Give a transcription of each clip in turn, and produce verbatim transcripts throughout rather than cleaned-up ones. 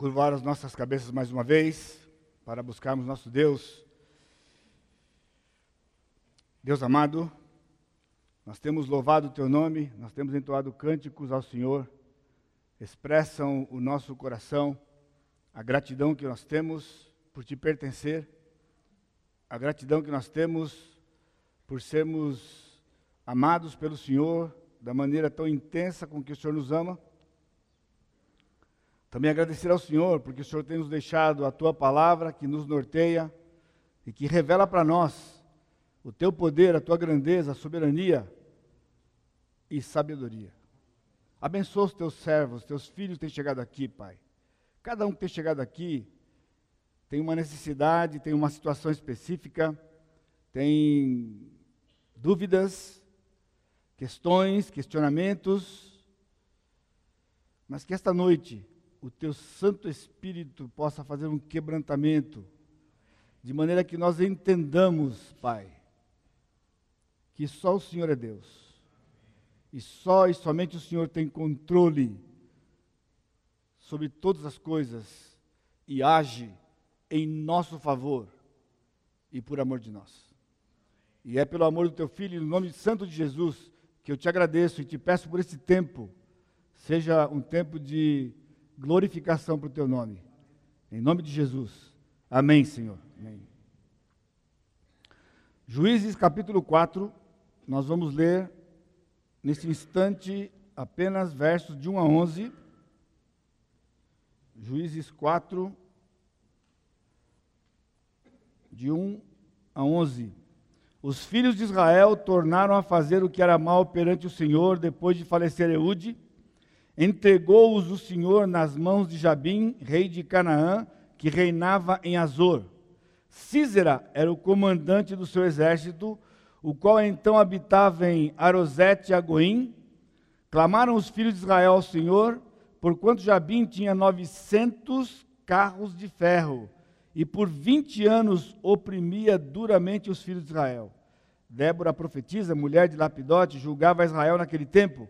curvar as nossas cabeças mais uma vez, para buscarmos nosso Deus. Deus amado, nós temos louvado o Teu nome, nós temos entoado cânticos ao Senhor, expressam o nosso coração, a gratidão que nós temos por Te pertencer, a gratidão que nós temos por sermos amados pelo Senhor, da maneira tão intensa com que o Senhor nos ama. Também agradecer ao Senhor, porque o Senhor tem nos deixado a Tua palavra, que nos norteia e que revela para nós o Teu poder, a Tua grandeza, a soberania e sabedoria. Abençoa os Teus servos, Teus filhos têm chegado aqui, Pai. Cada um que tem chegado aqui tem uma necessidade, tem uma situação específica, tem dúvidas, questões, questionamentos, mas que esta noite o Teu Santo Espírito possa fazer um quebrantamento, de maneira que nós entendamos, Pai, que só o Senhor é Deus, e só e somente o Senhor tem controle sobre todas as coisas, e age em nosso favor, e por amor de nós. E é pelo amor do Teu Filho, no nome santo de Jesus, que eu Te agradeço e Te peço por esse tempo, seja um tempo de glorificação para o Teu nome. Em nome de Jesus. Amém, Senhor. Amém. Juízes capítulo quatro, nós vamos ler nesse instante apenas versos de um a onze. Juízes quatro, de um a onze. Os filhos de Israel tornaram a fazer o que era mal perante o Senhor depois de falecer Eude. Entregou-os o Senhor nas mãos de Jabim, rei de Canaã, que reinava em Azor. Sísera era o comandante do seu exército, o qual então habitava em Arosete e Agoim. Clamaram os filhos de Israel ao Senhor, porquanto Jabim tinha novecentos carros de ferro, e por vinte anos oprimia duramente os filhos de Israel. Débora, a profetisa, mulher de Lapidote, julgava Israel naquele tempo.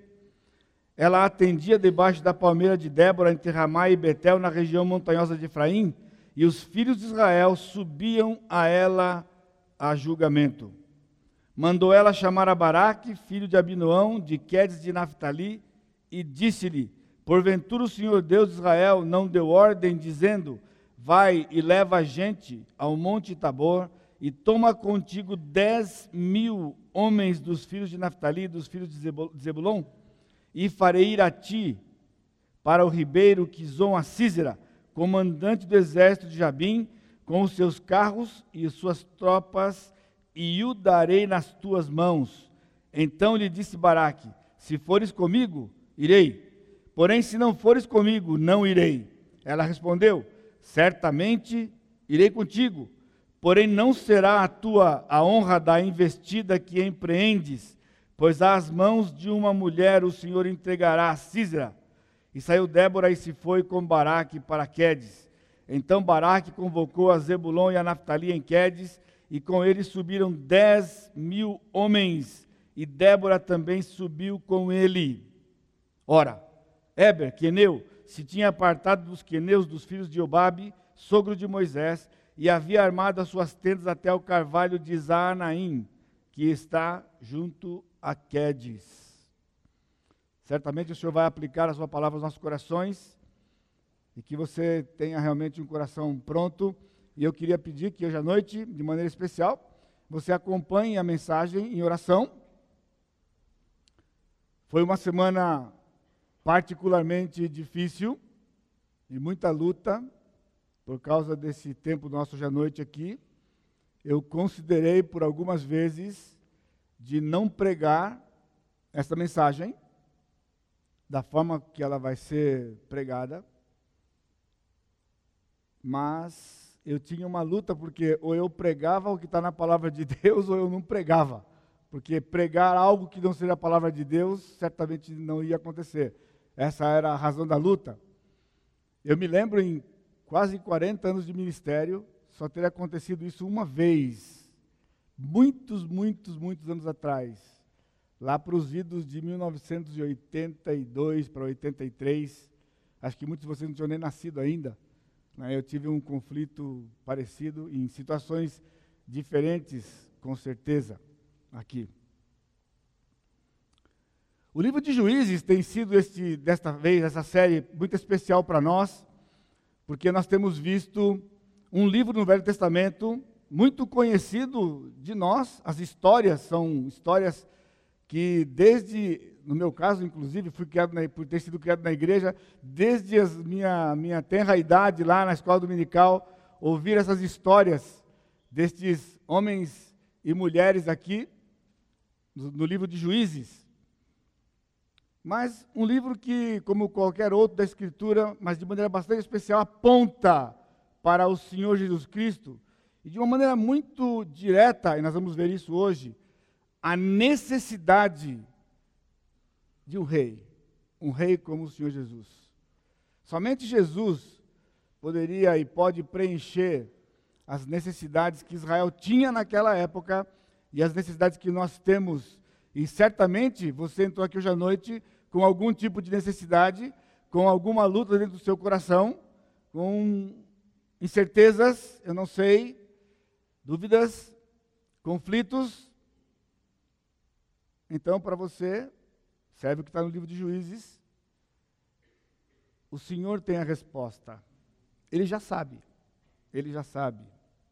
Ela atendia debaixo da palmeira de Débora, entre Ramá e Betel, na região montanhosa de Efraim, e os filhos de Israel subiam a ela a julgamento. Mandou ela chamar a Baraque, filho de Abinoão, de Quedes de Naphtali, e disse-lhe: porventura o Senhor Deus de Israel não deu ordem, dizendo: vai e leva a gente ao monte Tabor, e toma contigo dez mil homens dos filhos de Naphtali, dos filhos de Zebulon? E farei ir a ti para o ribeiro Quizon a Sísera, comandante do exército de Jabim, com os seus carros e suas tropas, e o darei nas tuas mãos. Então lhe disse Baraque: se fores comigo, irei, porém se não fores comigo, não irei. Ela respondeu: certamente irei contigo, porém não será a tua a honra da investida que empreendes, pois às mãos de uma mulher o Senhor entregará a Sísera. E saiu Débora e se foi com Baraque para Quedes. Então Baraque convocou a Zebulon e a Naphtali em Quedes, e com eles subiram dez mil homens, e Débora também subiu com ele. Ora, Éber, queneu, se tinha apartado dos queneus dos filhos de Jobabe, sogro de Moisés, e havia armado as suas tendas até o carvalho de Zaanaim, que está junto a Quedes. Certamente o Senhor vai aplicar a sua palavra aos nossos corações, e que você tenha realmente um coração pronto. E eu queria pedir que hoje à noite, de maneira especial, você acompanhe a mensagem em oração. Foi uma semana particularmente difícil, de muita luta, por causa desse tempo nosso hoje à noite aqui. Eu considerei por algumas vezes de não pregar essa mensagem da forma que ela vai ser pregada, mas eu tinha uma luta, porque ou eu pregava o que está na palavra de Deus, ou eu não pregava, porque pregar algo que não seja a palavra de Deus, certamente não ia acontecer. Essa era a razão da luta. Eu me lembro, em quase quarenta anos de ministério, só ter acontecido isso uma vez, muitos, muitos, muitos anos atrás, lá para os idos de mil novecentos e oitenta e dois para oitenta e três, Acho que muitos de vocês não tinham nem nascido ainda. Né? Eu tive um conflito parecido em situações diferentes, com certeza, aqui. O livro de Juízes tem sido, este, desta vez, essa série muito especial para nós, porque nós temos visto um livro no Velho Testamento muito conhecido de nós. As histórias são histórias que desde, no meu caso, inclusive, fui criado na, por ter sido criado na igreja, desde a minha, minha tenra idade lá na escola dominical, ouvir essas histórias destes homens e mulheres aqui, no, no livro de Juízes. Mas um livro que, como qualquer outro da Escritura, mas de maneira bastante especial, aponta para o Senhor Jesus Cristo, e de uma maneira muito direta, e nós vamos ver isso hoje, a necessidade de um rei, um rei como o Senhor Jesus. Somente Jesus poderia e pode preencher as necessidades que Israel tinha naquela época e as necessidades que nós temos. E certamente você entrou aqui hoje à noite com algum tipo de necessidade, com alguma luta dentro do seu coração, com incertezas, eu não sei, dúvidas, conflitos. Então, para você, serve o que está no livro de Juízes. O Senhor tem a resposta. Ele já sabe. Ele já sabe.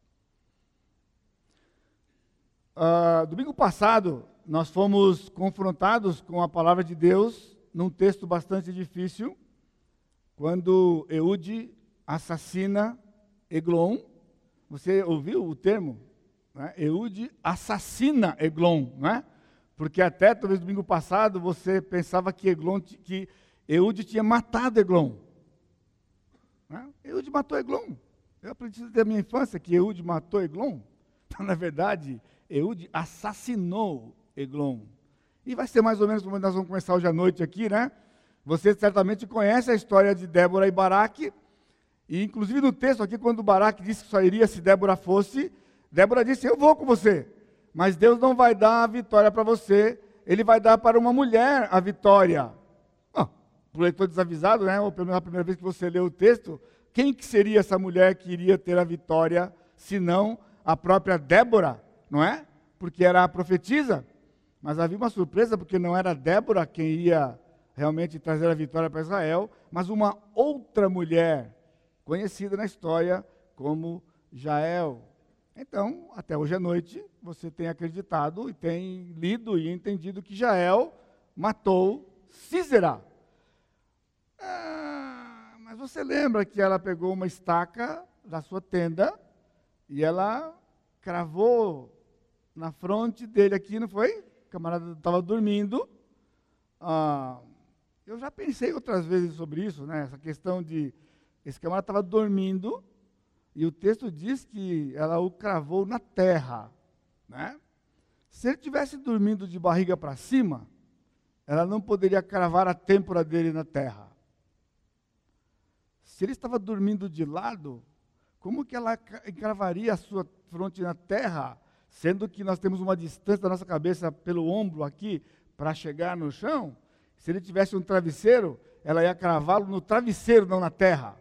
Uh, domingo passado, nós fomos confrontados com a palavra de Deus num texto bastante difícil, quando Eude assassina Eglon. Você ouviu o termo? Né? Eude assassina Eglon, não é? Porque até talvez domingo passado você pensava que, Eglon, que Eude tinha matado Eglon. Né? Eude matou Eglon. Eu aprendi desde a minha infância que Eude matou Eglon. Então, na verdade, Eude assassinou Eglon. E vai ser mais ou menos como nós vamos começar hoje à noite aqui, né? Você certamente conhece a história de Débora e Baraque. E inclusive no texto aqui, quando Baraque disse que só iria se Débora fosse, Débora disse, eu vou com você. Mas Deus não vai dar a vitória para você, Ele vai dar para uma mulher a vitória. Oh, para o leitor desavisado, né? Ou pelo menos a primeira vez que você leu o texto, quem que seria essa mulher que iria ter a vitória, senão a própria Débora, não é? Porque era a profetisa. Mas havia uma surpresa, porque não era Débora quem ia realmente trazer a vitória para Israel, mas uma outra mulher, conhecida na história como Jael. Então, até hoje à noite, você tem acreditado e tem lido e entendido que Jael matou Sísera. Ah, mas você lembra que ela pegou uma estaca da sua tenda e ela cravou na fronte dele aqui, não foi? O camarada estava dormindo. Ah, eu já pensei outras vezes sobre isso, né? Essa questão de... Esse camarada estava dormindo e o texto diz que ela o cravou na terra, né? Se ele tivesse dormindo de barriga para cima, ela não poderia cravar a têmpora dele na terra. Se ele estava dormindo de lado, como que ela cravaria a sua fronte na terra, sendo que nós temos uma distância da nossa cabeça pelo ombro aqui para chegar no chão? Se ele tivesse um travesseiro, ela ia cravá-lo no travesseiro, não na terra.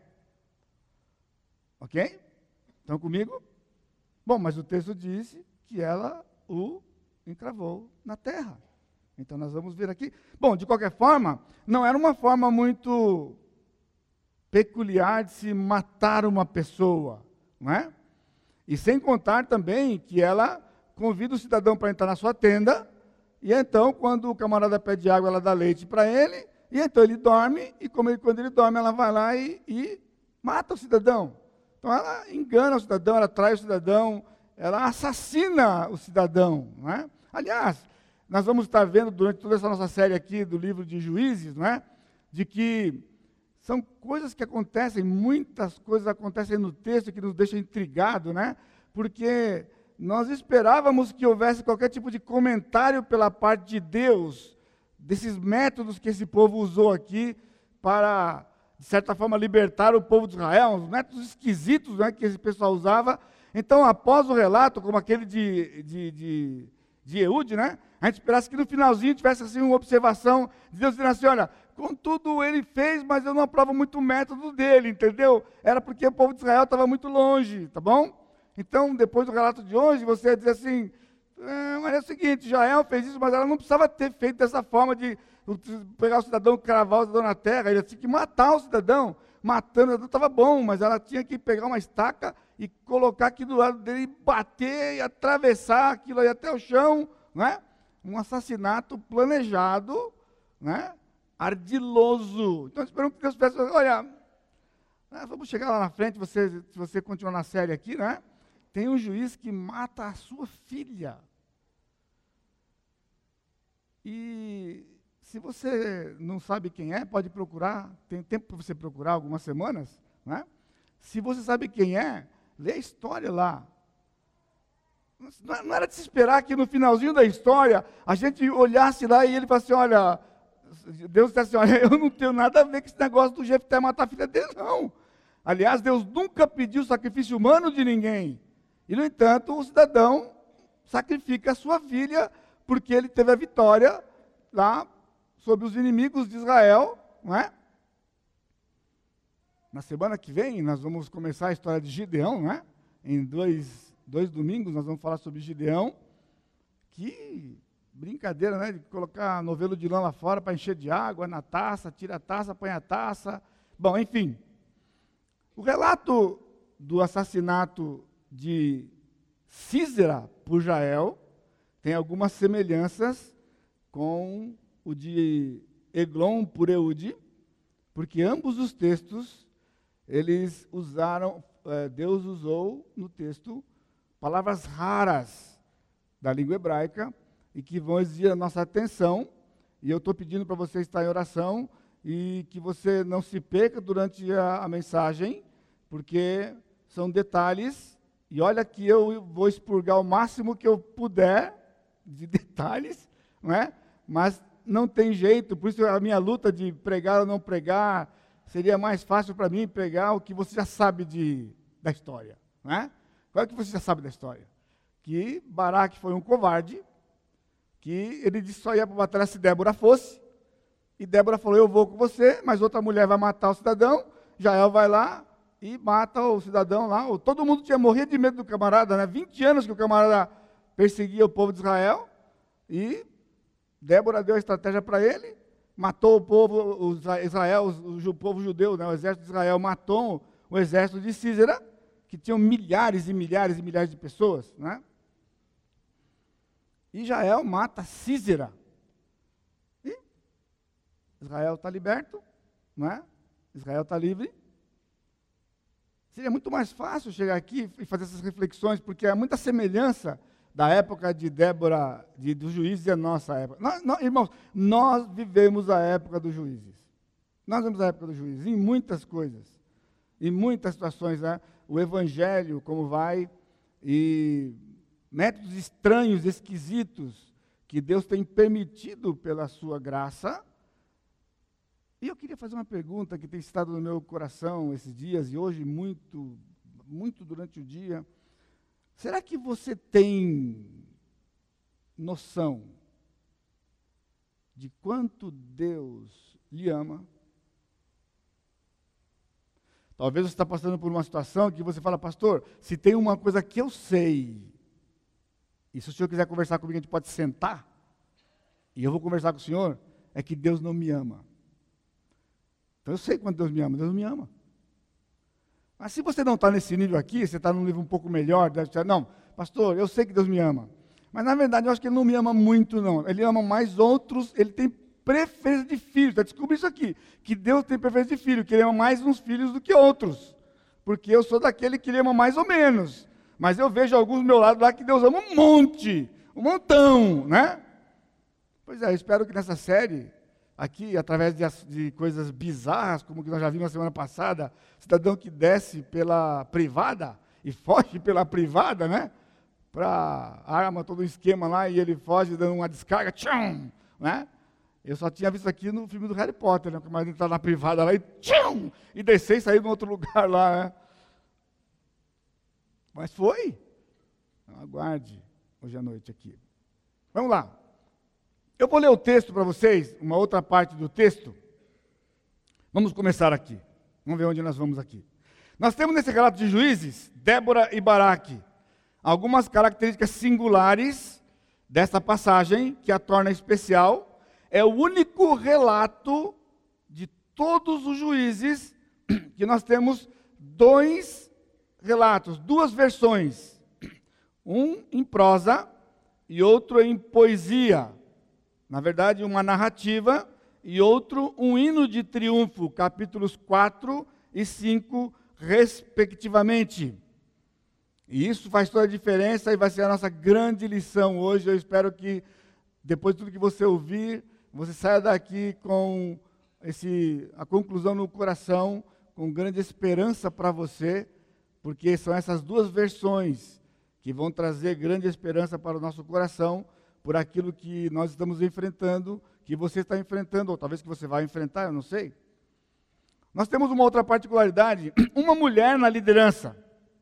Ok? Estão comigo? Bom, mas o texto disse que ela o encravou na terra. Então nós vamos ver aqui. Bom, de qualquer forma, não era uma forma muito peculiar de se matar uma pessoa, não é? E sem contar também que ela convida o cidadão para entrar na sua tenda, e então, quando o camarada pede água, ela dá leite para ele, e então ele dorme, e como ele, quando ele dorme, ela vai lá e, e mata o cidadão. Então ela engana o cidadão, ela trai o cidadão, ela assassina o cidadão, não é? Aliás, nós vamos estar vendo durante toda essa nossa série aqui do livro de Juízes, não é? De que são coisas que acontecem, muitas coisas acontecem no texto que nos deixam intrigados, né? Porque nós esperávamos que houvesse qualquer tipo de comentário pela parte de Deus, desses métodos que esse povo usou aqui para, de certa forma, libertar o povo de Israel, uns métodos esquisitos, né, que esse pessoal usava. Então, após o relato, como aquele de, de, de de Eude, né? A gente esperasse que no finalzinho tivesse assim uma observação de Deus dizendo assim, olha, contudo ele fez, mas eu não aprovo muito o método dele, entendeu? Era porque o povo de Israel estava muito longe, tá bom? Então, depois do relato de hoje, você ia dizer assim, é, mas é o seguinte, Jael fez isso, mas ela não precisava ter feito dessa forma de pegar o cidadão, cravar o cidadão na terra, ele tinha que matar o cidadão. Matando, o cidadão estava bom, mas ela tinha que pegar uma estaca e colocar aqui do lado dele, e bater e atravessar aquilo aí até o chão, né? Um assassinato planejado, né? Ardiloso. Então, esperamos que Deus peça, olha, né, vamos chegar lá na frente, você, se você continuar na série aqui, né? Tem um juiz que mata a sua filha. E se você não sabe quem é, pode procurar, tem tempo para você procurar, algumas semanas, né? Se você sabe quem é, lê a história lá. Não era de se esperar que no finalzinho da história, a gente olhasse lá e ele falasse, olha, Deus disse assim, olha, eu não tenho nada a ver com esse negócio do Jefté matar a filha dele, não. Aliás, Deus nunca pediu sacrifício humano de ninguém. E, no entanto, o cidadão sacrifica a sua filha, porque ele teve a vitória lá sobre os inimigos de Israel, não é? Na semana que vem, nós vamos começar a história de Gideão, não é? Em dois, dois domingos, nós vamos falar sobre Gideão. Que brincadeira, né? De colocar novelo de lã lá fora para encher de água na taça, tira a taça, põe a taça. Bom, enfim. O relato do assassinato de Sísera por Jael tem algumas semelhanças com o de Eglon por Eude, porque ambos os textos, eles usaram, eh, Deus usou no texto palavras raras da língua hebraica e que vão exigir a nossa atenção, e eu estou pedindo para você estar em oração e que você não se perca durante a, a mensagem, porque são detalhes, e olha que eu vou expurgar o máximo que eu puder de detalhes, não é? Mas não tem jeito, por isso a minha luta de pregar ou não pregar, seria mais fácil para mim pregar o que você já sabe de, da história, não é? Qual é que você já sabe da história? Que Baraque foi um covarde, que ele disse que só ia para a batalha se Débora fosse, e Débora falou, eu vou com você, mas outra mulher vai matar o cidadão, Jael vai lá e mata o cidadão lá, todo mundo tinha morrido de medo do camarada, né? vinte anos que o camarada perseguia o povo de Israel, e Débora deu a estratégia para ele, matou o povo, o Israel, o, o povo judeu, né? O exército de Israel matou o exército de Sísera, que tinham milhares e milhares e milhares de pessoas, né? E Jael mata Sísera. E Israel está liberto, não é? Israel está livre. Seria muito mais fácil chegar aqui e fazer essas reflexões, porque há muita semelhança da época de Débora, de, dos juízes e a nossa época. Nós, nós, irmãos, nós vivemos a época dos juízes. Nós vivemos a época dos juízes, em muitas coisas, em muitas situações, né? O evangelho, como vai, e métodos estranhos, esquisitos, que Deus tem permitido pela sua graça. E eu queria fazer uma pergunta que tem estado no meu coração esses dias, e hoje muito, muito durante o dia. Será que você tem noção de quanto Deus lhe ama? Talvez você está passando por uma situação que você fala, pastor, se tem uma coisa que eu sei, e se o senhor quiser conversar comigo, a gente pode sentar, e eu vou conversar com o senhor, é que Deus não me ama. Então eu sei quanto Deus me ama, Deus me ama. Mas se você não está nesse nível aqui, você está num nível um pouco melhor, deve estar, não, pastor, eu sei que Deus me ama. Mas na verdade eu acho que Ele não me ama muito, não. Ele ama mais outros, Ele tem preferência de filhos. Está descobrindo isso aqui, que Deus tem preferência de filho, que Ele ama mais uns filhos do que outros. Porque eu sou daquele que Ele ama mais ou menos. Mas eu vejo alguns do meu lado lá que Deus ama um monte, um montão, né? Pois é, eu espero que nessa série, aqui, através de, de coisas bizarras, como que nós já vimos na semana passada, cidadão que desce pela privada e foge pela privada, né? Para arma todo um esquema lá e ele foge dando uma descarga, tchum, né? Eu só tinha visto aqui no filme do Harry Potter, né? Porque ele está na privada lá e tchum, e descer e sair de um outro lugar lá, né? Mas foi. Então, aguarde hoje à noite aqui. Vamos lá. Eu vou ler o texto para vocês, uma outra parte do texto. Vamos começar aqui. Vamos ver onde nós vamos aqui. Nós temos nesse relato de Juízes, Débora e Baraque, algumas características singulares desta passagem que a torna especial. É o único relato de todos os juízes que nós temos dois relatos, duas versões. Um em prosa e outro em poesia. Na verdade, uma narrativa e outro um hino de triunfo, capítulos quatro e cinco, respectivamente. E isso faz toda a diferença e vai ser a nossa grande lição hoje. Eu espero que, depois de tudo que você ouvir, você saia daqui com esse, a conclusão no coração, com grande esperança para você, porque são essas duas versões que vão trazer grande esperança para o nosso coração, por aquilo que nós estamos enfrentando, que você está enfrentando, ou talvez que você vai enfrentar, eu não sei. Nós temos uma outra particularidade, uma mulher na liderança.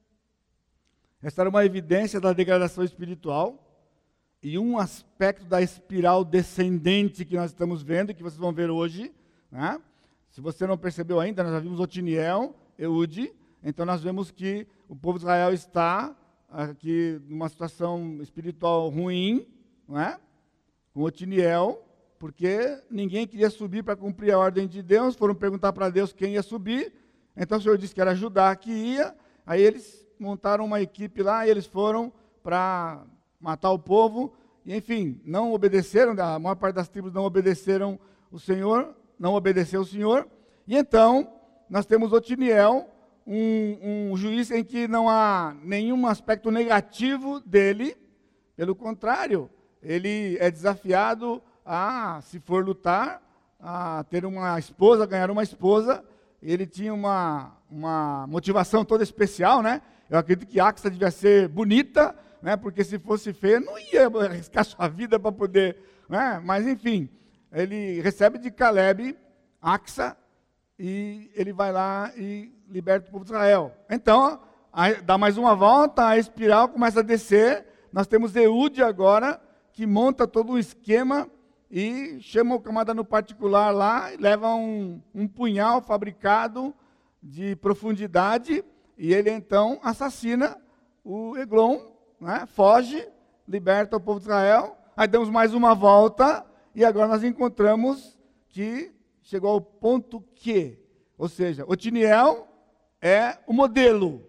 Essa era uma evidência da degradação espiritual e um aspecto da espiral descendente que nós estamos vendo, que vocês vão ver hoje, né? Se você não percebeu ainda, nós já vimos Otiniel, Eude, então nós vemos que o povo de Israel está aqui numa situação espiritual ruim, não é? Com Otiniel, porque ninguém queria subir para cumprir a ordem de Deus, foram perguntar para Deus quem ia subir, então o Senhor disse que era Judá que ia, aí eles montaram uma equipe lá e eles foram para matar o povo, e enfim, não obedeceram, a maior parte das tribos não obedeceram o Senhor, não obedeceu o Senhor, e então nós temos Otiniel, um, um juiz em que não há nenhum aspecto negativo dele, pelo contrário, ele é desafiado a, se for lutar, a ter uma esposa, ganhar uma esposa. Ele tinha uma, uma motivação toda especial, né? Eu acredito que Axa devia ser bonita, né? Porque se fosse feia, não ia arriscar sua vida para poder, né? Mas enfim, ele recebe de Caleb Axa e ele vai lá e liberta o povo de Israel. Então, a, dá mais uma volta, a espiral começa a descer. Nós temos Eude agora, que monta todo um esquema e chama o camarada no particular lá, e leva um, um punhal fabricado de profundidade, e ele então assassina o Eglon, né? Foge, liberta o povo de Israel. Aí damos mais uma volta, e agora nós encontramos que chegou ao ponto que, ou seja, Otiniel é o modelo,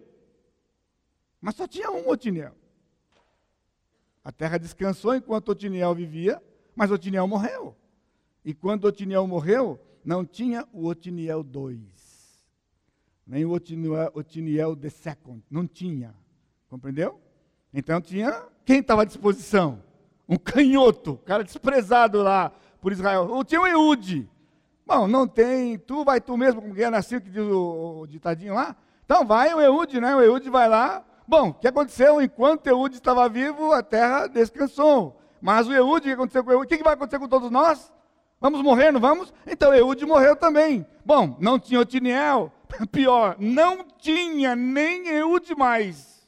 mas só tinha um Otiniel. A terra descansou enquanto Otiniel vivia, mas Otiniel morreu. E quando Otiniel morreu, não tinha o Otiniel dois, nem o Otiniel, Otiniel the second, não tinha, compreendeu? Então tinha, quem estava à disposição? Um canhoto, cara desprezado lá por Israel. Ou tinha o Eude. Bom, não tem, tu vai tu mesmo, como que é nascido, que diz o, o ditadinho lá. Então vai o Eude, né? O Eude vai lá. Bom, o que aconteceu? Enquanto Eude estava vivo, a terra descansou. Mas o Eude, o que aconteceu com o Eude? O que vai acontecer com todos nós? Vamos morrer, não vamos? Então Eude morreu também. Bom, não tinha Otiniel. Pior, não tinha nem Eude mais.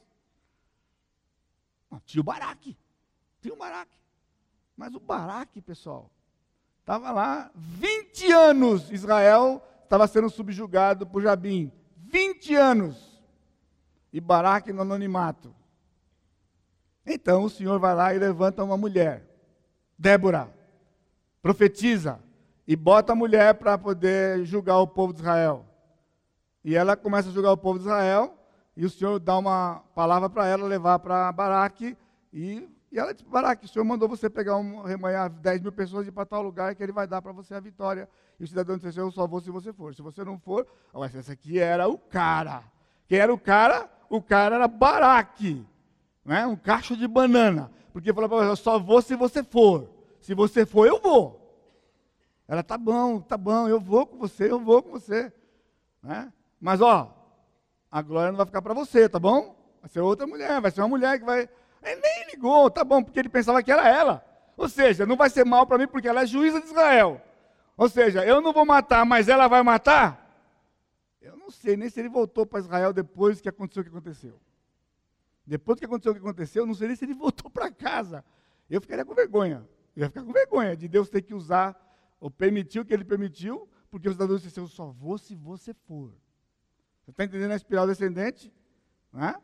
Tinha o Baraque. Tinha o Baraque. Mas o Baraque, pessoal, estava lá vinte anos. Israel estava sendo subjugado por Jabim. vinte anos. E Baraque no anonimato. Então o Senhor vai lá e levanta uma mulher, Débora, profetiza, e bota a mulher para poder julgar o povo de Israel. E ela começa a julgar o povo de Israel, e o Senhor dá uma palavra para ela, levar para Baraque, e, e ela diz: Baraque, o Senhor mandou você pegar um, remanhar dez mil pessoas e ir para tal lugar, que ele vai dar para você a vitória. E o cidadão disse: eu só vou se você for. Se você não for, mas esse aqui era o cara. Quem era o cara? O cara era Baraque. Né? Um cacho de banana, porque falou para ela: eu só vou se você for, se você for eu vou. Ela: tá bom, tá bom, eu vou com você, eu vou com você, né? Mas ó, a glória não vai ficar para você, tá bom? Vai ser outra mulher, vai ser uma mulher que vai. Ele nem ligou, tá bom, porque ele pensava que era ela. Ou seja, não vai ser mal para mim porque ela é juíza de Israel. Ou seja, eu não vou matar, mas ela vai matar? Eu não sei nem se ele voltou para Israel depois que aconteceu o que aconteceu. Depois que aconteceu o que aconteceu, eu não sei nem se ele voltou para casa. Eu ficaria com vergonha. Eu ia ficar com vergonha de Deus ter que usar, ou permitir o que ele permitiu, porque os cidadãos disseram, eu só vou se você for. Você está entendendo a espiral descendente? Né?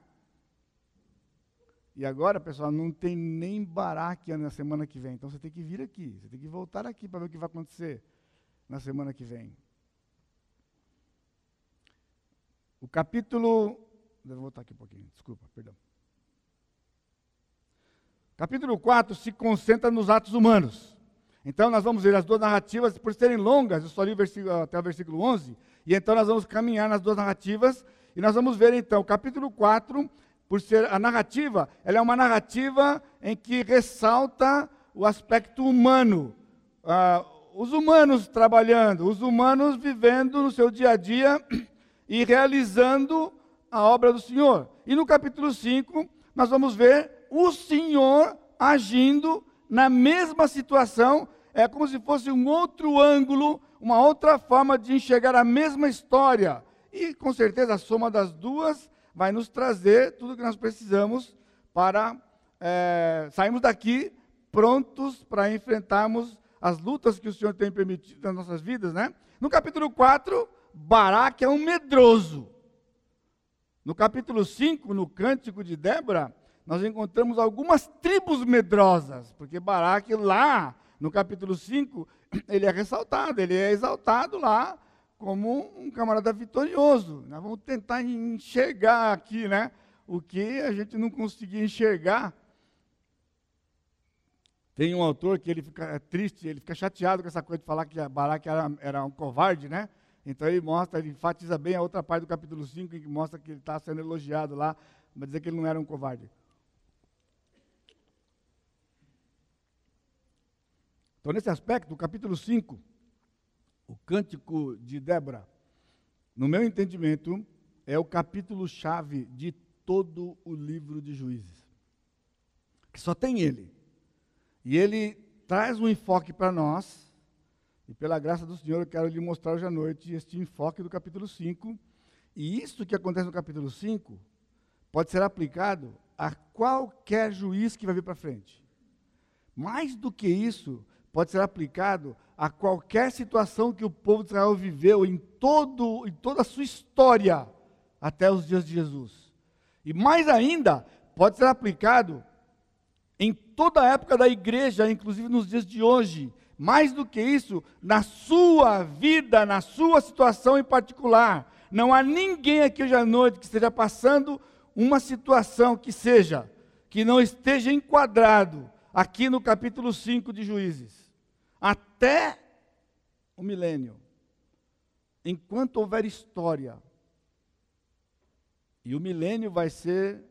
E agora, pessoal, não tem nem baraque na semana que vem. Então você tem que vir aqui, você tem que voltar aqui para ver o que vai acontecer na semana que vem. O capítulo... Vou voltar aqui um pouquinho, desculpa, perdão. Capítulo quatro se concentra nos atos humanos. Então nós vamos ver as duas narrativas, por serem longas, eu só li o versículo, até o versículo onze, e então nós vamos caminhar nas duas narrativas, e nós vamos ver então, capítulo quatro, por ser a narrativa, ela é uma narrativa em que ressalta o aspecto humano, ah, os humanos trabalhando, os humanos vivendo no seu dia a dia e realizando a obra do Senhor. E no capítulo cinco, nós vamos ver o Senhor agindo na mesma situação, é como se fosse um outro ângulo, uma outra forma de enxergar a mesma história. E com certeza a soma das duas vai nos trazer tudo o que nós precisamos para é, sairmos daqui prontos para enfrentarmos as lutas que o Senhor tem permitido nas nossas vidas, né? No capítulo quatro, Baraque é um medroso. No capítulo cinco, no Cântico de Débora, nós encontramos algumas tribos medrosas, porque Baraque lá, no capítulo cinco, ele é ressaltado, ele é exaltado lá como um camarada vitorioso. Nós vamos tentar enxergar aqui, né, o que a gente não conseguia enxergar. Tem um autor que ele fica triste, ele fica chateado com essa coisa de falar que Baraque era, era um covarde, né? Então ele mostra, ele enfatiza bem a outra parte do capítulo cinco, em que mostra que ele está sendo elogiado lá, mas dizer que ele não era um covarde. Então, nesse aspecto, o capítulo cinco, o Cântico de Débora, no meu entendimento, é o capítulo-chave de todo o livro de Juízes. Que só tem ele. E ele traz um enfoque para nós, e pela graça do Senhor eu quero lhe mostrar hoje à noite este enfoque do capítulo cinco. E isso que acontece no capítulo cinco pode ser aplicado a qualquer juiz que vai vir para frente. Mais do que isso, pode ser aplicado a qualquer situação que o povo de Israel viveu em, todo, em toda a sua história, até os dias de Jesus. E mais ainda, pode ser aplicado em toda a época da igreja, inclusive nos dias de hoje. Mais do que isso, na sua vida, na sua situação em particular. Não há ninguém aqui hoje à noite que esteja passando uma situação que seja, que não esteja enquadrado aqui no capítulo cinco de Juízes. Até o milênio. Enquanto houver história. E o milênio vai ser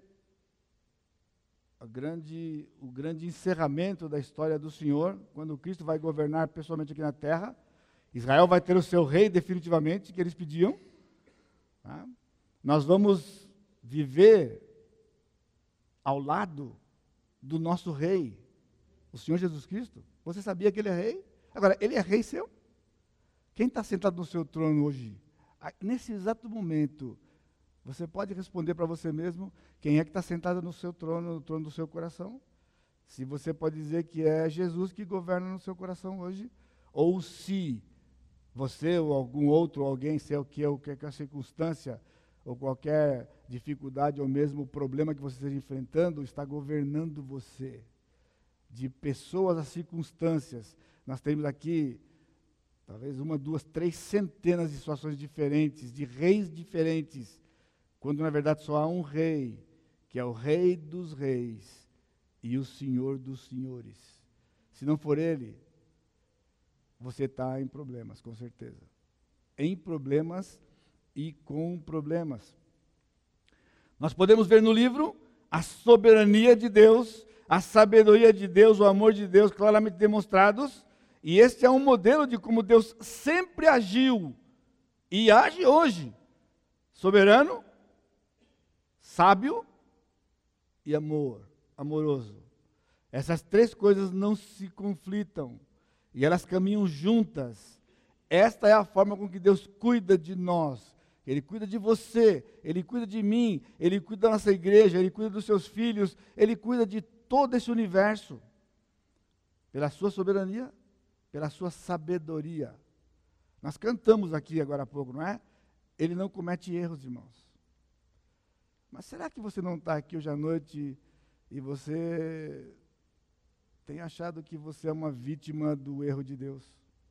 a grande, o grande encerramento da história do Senhor, quando Cristo vai governar pessoalmente aqui na terra. Israel vai ter o seu rei definitivamente, que eles pediam. Tá? Nós vamos viver ao lado do nosso rei, o Senhor Jesus Cristo. Você sabia que ele é rei? Agora, ele é rei seu? Quem está sentado no seu trono hoje? Nesse exato momento, você pode responder para você mesmo quem é que está sentado no seu trono, no trono do seu coração? Se você pode dizer que é Jesus que governa no seu coração hoje, ou se você ou algum outro, alguém, sei o que, ou qualquer circunstância, ou qualquer dificuldade, ou mesmo problema que você esteja enfrentando, está governando você. De pessoas a circunstâncias. Nós temos aqui, talvez uma, duas, três centenas de situações diferentes, de reis diferentes, quando na verdade só há um rei, que é o Rei dos Reis e o Senhor dos Senhores. Se não for ele, você está em problemas, com certeza. Em problemas e com problemas. Nós podemos ver no livro a soberania de Deus, a sabedoria de Deus, o amor de Deus claramente demonstrados, e este é um modelo de como Deus sempre agiu e age hoje. Soberano, sábio e amor, amoroso. Essas três coisas não se conflitam e elas caminham juntas. Esta é a forma com que Deus cuida de nós. Ele cuida de você, Ele cuida de mim, Ele cuida da nossa igreja, Ele cuida dos seus filhos, Ele cuida de todo esse universo. pela sua soberania, pela sua sabedoria. Nós cantamos aqui agora há pouco, não é? Ele não comete erros, irmãos. Mas será que você não está aqui hoje à noite e você tem achado que você é uma vítima do erro de Deus?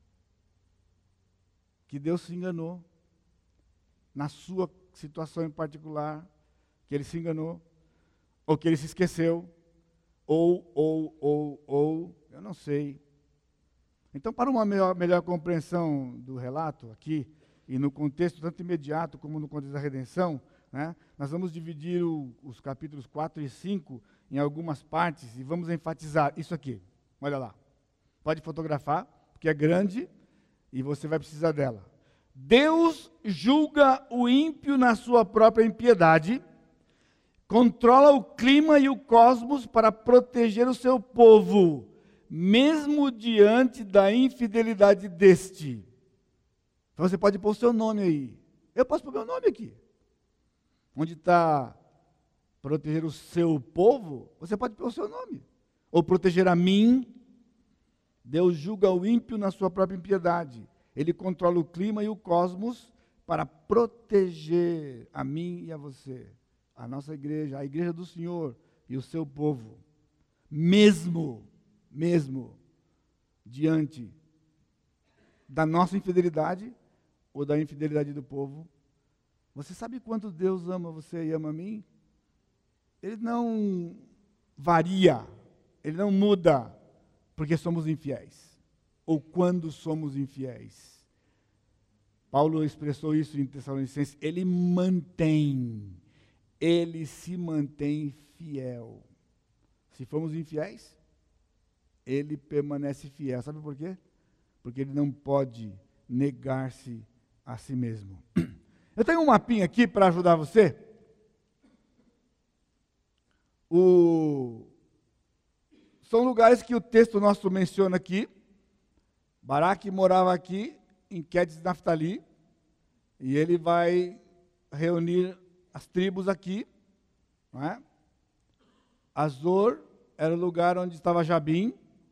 Que Deus se enganou na sua situação em particular, que Ele se enganou, ou que Ele se esqueceu, ou, ou, ou, ou, eu não sei. Então, para uma melhor, melhor compreensão do relato aqui, e no contexto tanto imediato como no contexto da redenção, né, nós vamos dividir o, os capítulos quatro e cinco em algumas partes e vamos enfatizar isso aqui. Olha lá. Pode fotografar, porque é grande e você vai precisar dela. Deus julga o ímpio na sua própria impiedade, controla o clima e o cosmos para proteger o seu povo, mesmo diante da infidelidade deste. Então você pode pôr o seu nome aí. Eu posso pôr meu nome aqui. Onde está proteger o seu povo, você pode pôr o seu nome. Ou proteger a mim. Deus julga o ímpio na sua própria impiedade. Ele controla o clima e o cosmos para proteger a mim e a você, a nossa igreja, a igreja do Senhor e o seu povo. Mesmo, mesmo, diante da nossa infidelidade ou da infidelidade do povo. Você sabe quanto Deus ama você e ama a mim? Ele não varia, Ele não muda porque somos infiéis, ou quando somos infiéis. Paulo expressou isso em Tessalonicenses, ele mantém, ele se mantém fiel. Se formos infiéis, ele permanece fiel. Sabe por quê? Porque ele não pode negar-se a si mesmo. Eu tenho um mapinha aqui para ajudar você. O... São lugares que o texto nosso menciona aqui. Baraque morava aqui, em Quedes Naftali, e ele vai reunir as tribos aqui, não é? Azor era o lugar onde estava Jabim.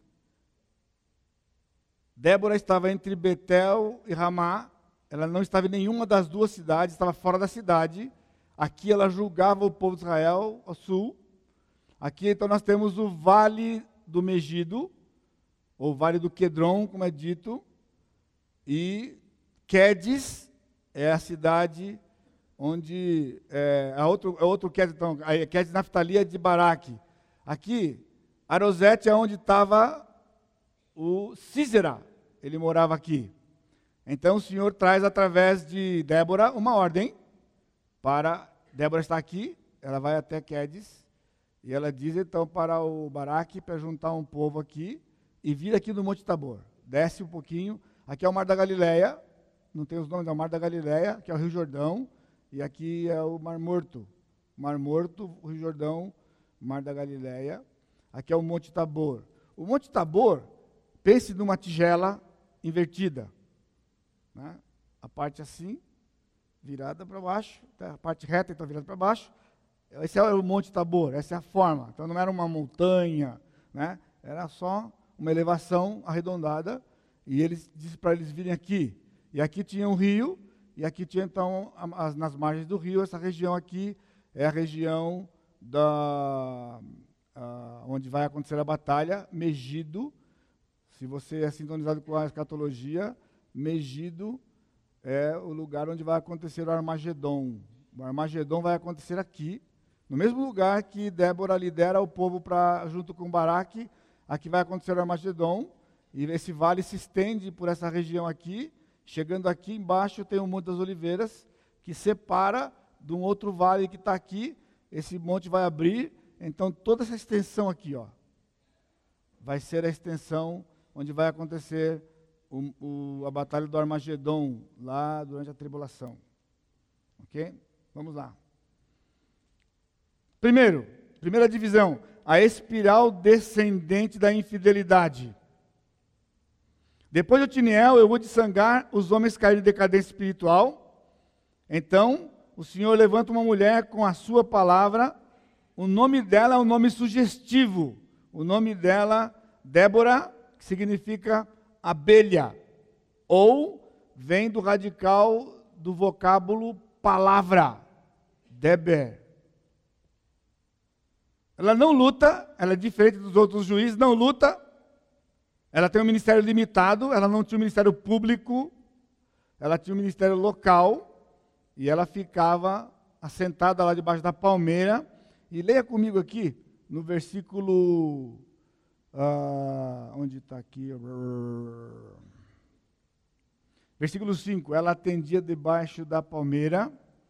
Débora estava entre Betel e Ramá. Ela não estava em nenhuma das duas cidades, estava fora da cidade. Aqui ela julgava o povo de Israel, ao sul. Aqui então nós temos o Vale do Megido, ou Vale do Quedron, como é dito. E Quedes é a cidade onde, é, a outro, é outro Quedes, então, a Quedes Naftali é de Baraque. Aqui, Arosete é onde estava o Sísera, ele morava aqui. Então o Senhor traz através de Débora uma ordem para, Débora está aqui, ela vai até Quedes, e ela diz então para o Baraque para juntar um povo aqui e vir aqui no Monte Tabor. Desce um pouquinho, aqui é o Mar da Galileia, não tem os nomes, é o Mar da Galileia, que é o Rio Jordão, e aqui é o Mar Morto. Mar Morto, o Rio Jordão, Mar da Galileia. Aqui é o Monte Tabor. O Monte Tabor, pense numa tigela invertida, né? A parte assim, virada para baixo, a parte reta então virada para baixo. Esse é o Monte Tabor, essa é a forma. Então não era uma montanha, né? Era só uma elevação arredondada, e eles disse para eles virem aqui. E aqui tinha um rio, e aqui tinha então, as, nas margens do rio, essa região aqui é a região da, a, onde vai acontecer a batalha, Megido. Se você é sintonizado com a escatologia, Megido é o lugar onde vai acontecer o Armagedon. O Armagedon vai acontecer aqui, no mesmo lugar que Débora lidera o povo pra, junto com Baraque. Aqui vai acontecer o Armagedon, e esse vale se estende por essa região aqui. Chegando aqui embaixo tem o Monte das Oliveiras, que separa de um outro vale que está aqui. Esse monte vai abrir, então toda essa extensão aqui, ó, vai ser a extensão onde vai acontecer o, o, a batalha do Armagedon, lá durante a tribulação. Ok? Vamos lá. Primeiro, primeira divisão, a espiral descendente da infidelidade. Depois de Otiniel, Eude e Sangar, os homens caíram em decadência espiritual. Então, o Senhor levanta uma mulher com a sua palavra. O nome dela é um nome sugestivo. O nome dela, Débora, que significa abelha, ou vem do radical do vocábulo palavra, Deber. Ela não luta, ela é diferente dos outros juízes, não luta, ela tem um ministério limitado, ela não tinha um ministério público, ela tinha um ministério local, e ela ficava assentada lá debaixo da palmeira. E leia comigo aqui, no versículo, ah, onde está aqui? Versículo cinco, ela atendia debaixo da palmeira.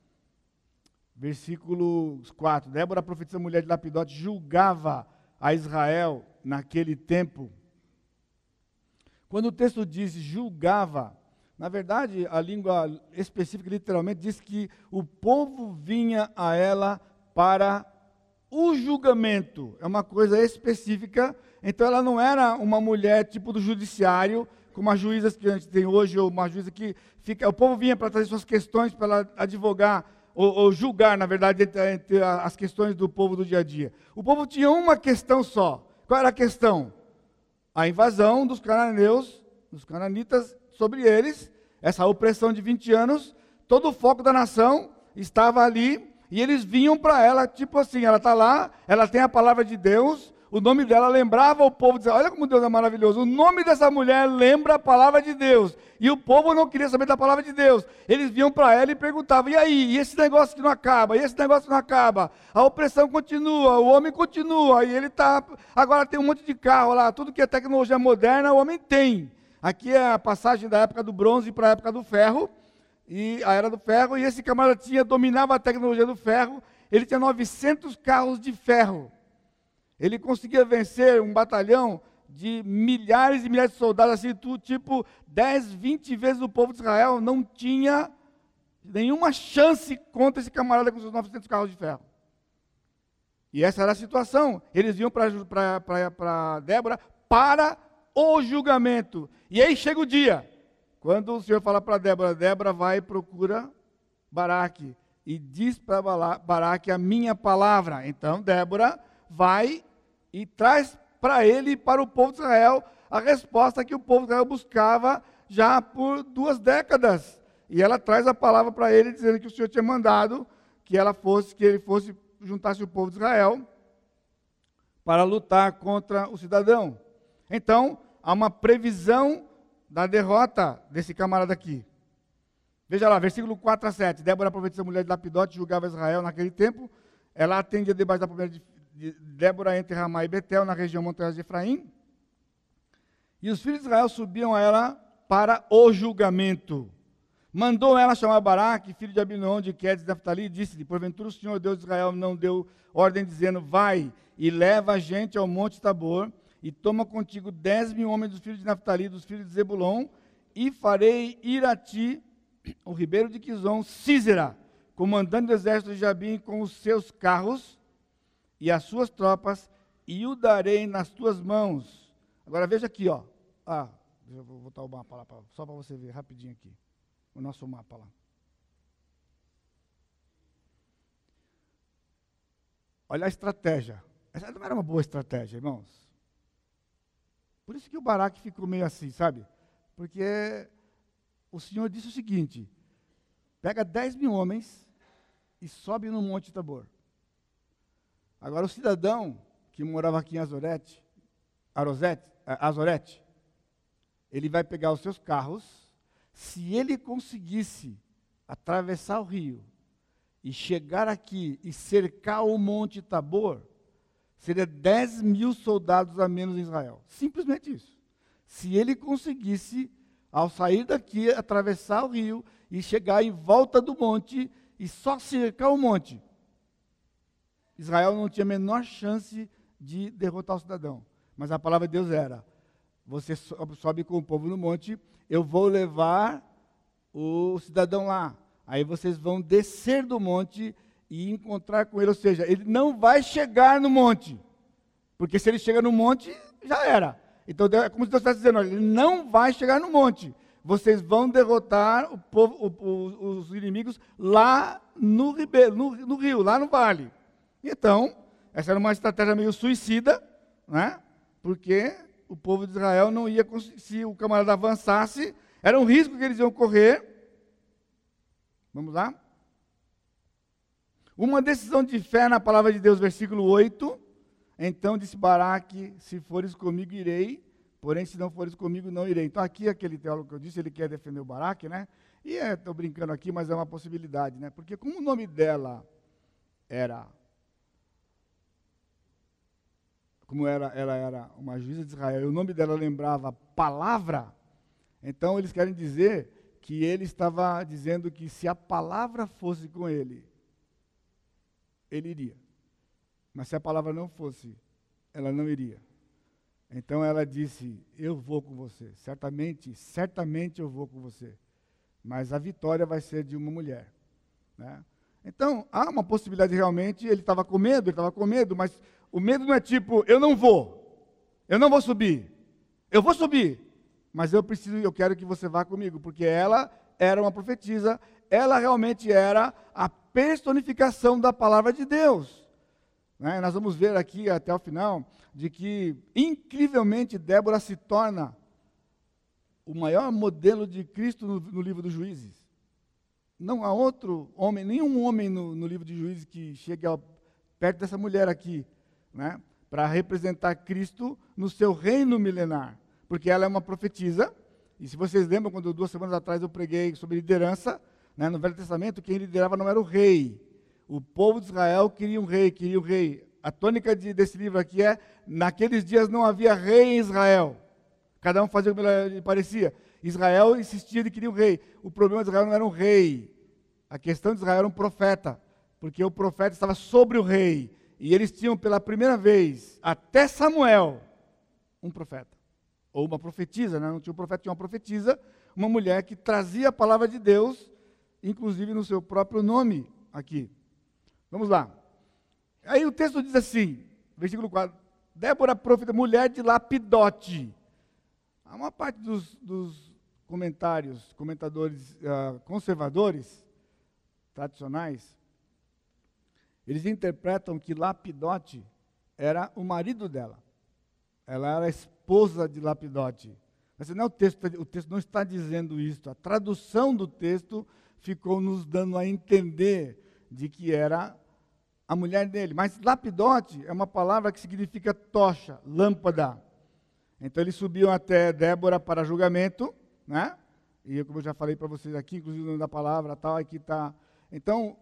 Versículo quatro, Débora, profetisa mulher de Lapidote, julgava a Israel naquele tempo. Quando o texto diz julgava, na verdade, a língua específica literalmente diz que o povo vinha a ela para o julgamento. É uma coisa específica. Então ela não era uma mulher tipo do judiciário, como as juízas que a gente tem hoje, ou uma juíza que fica... O povo vinha para trazer suas questões, para ela advogar, ou, ou julgar, na verdade, entre, entre as questões do povo do dia a dia. O povo tinha uma questão só. Qual era a questão? A invasão dos cananeus, dos cananitas, sobre eles, essa opressão de vinte anos, todo o foco da nação estava ali, e eles vinham para ela, tipo assim, ela está lá, ela tem a palavra de Deus, o nome dela lembrava o povo, dizia, olha como Deus é maravilhoso, o nome dessa mulher lembra a palavra de Deus, e o povo não queria saber da palavra de Deus, eles vinham para ela e perguntavam, e aí, e esse negócio que não acaba, e esse negócio que não acaba, a opressão continua, o homem continua, e ele está, agora tem um monte de carro lá, tudo que é tecnologia moderna, o homem tem. Aqui é a passagem da época do bronze para a época do ferro, e a era do ferro, e esse camarada tinha, dominava a tecnologia do ferro, ele tinha novecentos carros de ferro. Ele conseguia vencer um batalhão de milhares e milhares de soldados, assim, tu, tipo, dez, vinte vezes o povo de Israel não tinha nenhuma chance contra esse camarada com seus novecentos carros de ferro. E essa era a situação. Eles iam para Débora para o julgamento. E aí chega o dia, quando o Senhor fala para Débora, Débora vai e procura Baraque, e diz para Baraque a minha palavra. Então Débora vai e traz para ele e para o povo de Israel a resposta que o povo de Israel buscava já por duas décadas. E ela traz a palavra para ele, dizendo que o Senhor tinha mandado que ela fosse, que ele fosse, juntasse o povo de Israel para lutar contra o cidadão. Então, há uma previsão da derrota desse camarada aqui. Veja lá, versículo quatro a sete. Débora, profetisa mulher de Lapidote, julgava Israel naquele tempo. Ela atendia debaixo da palmeira de, de Débora entre Ramá e Betel, na região montanhosa de Efraim. E os filhos de Israel subiam a ela para o julgamento. Mandou ela chamar Baraque, filho de Abinoam, de Quedes de Naftali, e disse-lhe, porventura o Senhor Deus de Israel não deu ordem dizendo, vai e leva a gente ao monte Tabor, e toma contigo dez mil homens dos filhos de Naftali, dos filhos de Zebulon, e farei ir a ti o ribeiro de Quizon, Sísera, comandante do exército de Jabim, com os seus carros e as suas tropas, e o darei nas tuas mãos. Agora veja aqui, ó. Ah, eu vou botar o mapa lá, só para você ver rapidinho aqui. O nosso mapa lá. Olha a estratégia. Essa não era uma boa estratégia, irmãos. Por isso que o Baraque ficou meio assim, sabe? Porque o Senhor disse o seguinte, pega dez mil homens e sobe no Monte Tabor. Agora o cidadão que morava aqui em Azorete, Arosete, Azorete, ele vai pegar os seus carros, se ele conseguisse atravessar o rio e chegar aqui e cercar o Monte Tabor, seria dez mil soldados a menos em Israel. Simplesmente isso. Se ele conseguisse, ao sair daqui, atravessar o rio e chegar em volta do monte e só cercar o monte, Israel não tinha a menor chance de derrotar o cidadão. Mas a palavra de Deus era, você sobe com o povo no monte, eu vou levar o cidadão lá. Aí vocês vão descer do monte e encontrar com ele, ou seja, ele não vai chegar no monte, porque se ele chega no monte, já era. Então é como se Deus estivesse dizendo, olha, ele não vai chegar no monte, vocês vão derrotar o povo, o, o, os inimigos lá no, ribeiro, no, no rio, lá no vale. Então, essa era uma estratégia meio suicida, né? Porque o povo de Israel não ia, se o camarada avançasse, era um risco que eles iam correr. Vamos lá? Uma decisão de fé na palavra de Deus, versículo oito. Então disse Baraque, se fores comigo, irei, porém se não fores comigo, não irei. Então aqui, aquele teólogo que eu disse, ele quer defender o Baraque, né? E estou é, brincando aqui, mas é uma possibilidade, né? Porque como o nome dela era, como era, ela era uma juíza de Israel, e o nome dela lembrava palavra, então eles querem dizer que ele estava dizendo que se a palavra fosse com ele, ele iria. Mas se a palavra não fosse, ela não iria. Então ela disse, eu vou com você, certamente, certamente eu vou com você. Mas a vitória vai ser de uma mulher. Né? Então, há uma possibilidade realmente, ele estava com medo, ele estava com medo, mas o medo não é tipo, eu não vou, eu não vou subir, eu vou subir, mas eu preciso, eu quero que você vá comigo, porque ela era uma profetisa, ela realmente era a personificação da palavra de Deus. Né? Nós vamos ver aqui até o final, de que incrivelmente Débora se torna o maior modelo de Cristo no, no livro dos Juízes. Não há outro homem, nenhum homem no, no livro de Juízes que chegue ao, perto dessa mulher aqui, né? Para representar Cristo no seu reino milenar. Porque ela é uma profetisa, e se vocês lembram, quando duas semanas atrás eu preguei sobre liderança, né, no Velho Testamento, quem liderava não era o rei. O povo de Israel queria um rei, queria um rei. A tônica de, desse livro aqui é, naqueles dias não havia rei em Israel. Cada um fazia o que lhe parecia. Israel insistia de querer um rei. O problema de Israel não era um rei. A questão de Israel era um profeta. Porque o profeta estava sobre o rei. E eles tinham pela primeira vez, até Samuel, um profeta. Ou uma profetisa, né? Não tinha um profeta, tinha uma profetisa. Uma mulher que trazia a palavra de Deus, inclusive no seu próprio nome aqui. Vamos lá. Aí o texto diz assim, versículo quatro. Débora, profeta, mulher de Lapidote. Há uma parte dos, dos comentários, comentadores uh, conservadores, tradicionais, eles interpretam que Lapidote era o marido dela. Ela era a esposa de Lapidote. Mas não é o texto, o texto não está dizendo isso. A tradução do texto ficou nos dando a entender de que era a mulher dele. Mas Lapidote é uma palavra que significa tocha, lâmpada. Então eles subiam até Débora para julgamento, né? E como eu já falei para vocês aqui, inclusive o nome da palavra, tal, aqui está. Então,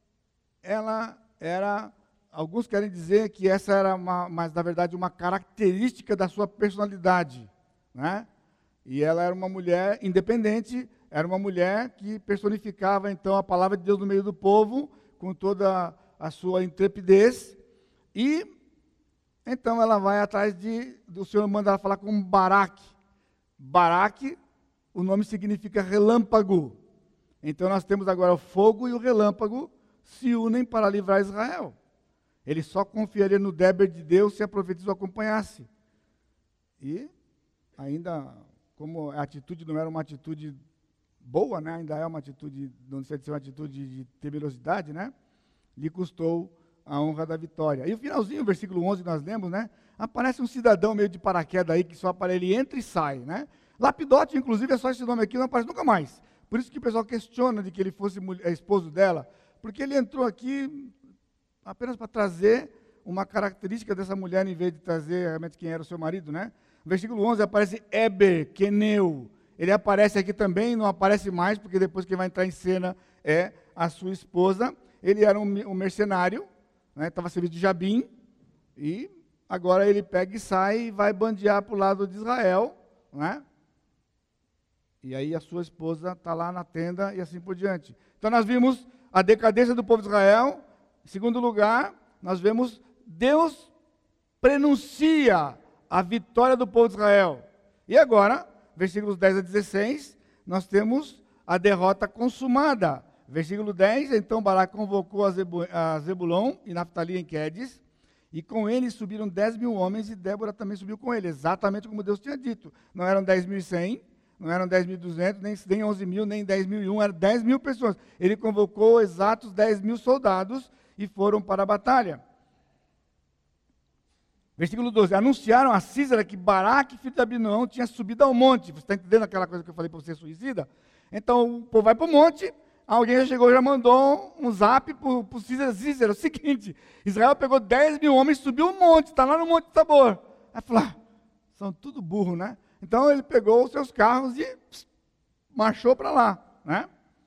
ela era, alguns querem dizer que essa era, uma, mas na verdade, uma característica da sua personalidade, né? E ela era uma mulher independente, era uma mulher que personificava, então, a palavra de Deus no meio do povo, com toda a sua intrepidez, e então ela vai atrás de, o Senhor manda ela falar com Baraque. Baraque, o nome significa relâmpago. Então nós temos agora o fogo e o relâmpago se unem para livrar Israel. Ele só confiaria no Déber de Deus se a profetisa o acompanhasse. E ainda, como a atitude não era uma atitude boa, né? Ainda é uma atitude, não deixa de ser uma atitude de temerosidade, né? Lhe custou a honra da vitória. E o finalzinho, versículo onze, nós lemos, né? Aparece um cidadão meio de paraquedas aí, que só aparece, ele entra e sai, né? Lapidote, inclusive, é só esse nome aqui, não aparece nunca mais. Por isso que o pessoal questiona de que ele fosse mulher, esposo dela, porque ele entrou aqui apenas para trazer uma característica dessa mulher, em vez de trazer realmente quem era o seu marido, né? No versículo onze aparece Eber, Queneu. Ele aparece aqui também, não aparece mais, porque depois que vai entrar em cena é a sua esposa. Ele era um, um mercenário, estava né, a serviço de Jabim, e agora ele pega e sai e vai bandear para o lado de Israel, né? E aí a sua esposa está lá na tenda e assim por diante. Então nós vimos a decadência do povo de Israel. Em segundo lugar, nós vemos Deus prenuncia a vitória do povo de Israel. E agora, versículos dez a dezesseis, nós temos a derrota consumada. Versículo dez, então Baraque convocou a, Zebu, a Zebulon e Naftali em Quedes, e com eles subiram dez mil homens, e Débora também subiu com ele, exatamente como Deus tinha dito. Não eram dez mil e cem, não eram dez mil e duzentos, nem, nem onze mil, nem dez mil e um, eram dez mil pessoas. Ele convocou exatos dez mil soldados e foram para a batalha. Versículo doze. Anunciaram a Sísera que Baraque, filho de Abinoão, tinha subido ao monte. Você está entendendo aquela coisa que eu falei para você, suicida? Então o povo vai para o monte, alguém já chegou, já mandou um zap para o Sísera. Sísera, é o seguinte, Israel pegou dez mil homens, subiu o monte, está lá no Monte de Tabor. Aí falou, ah, são tudo burro, né? Então ele pegou os seus carros e pss, marchou para lá, né?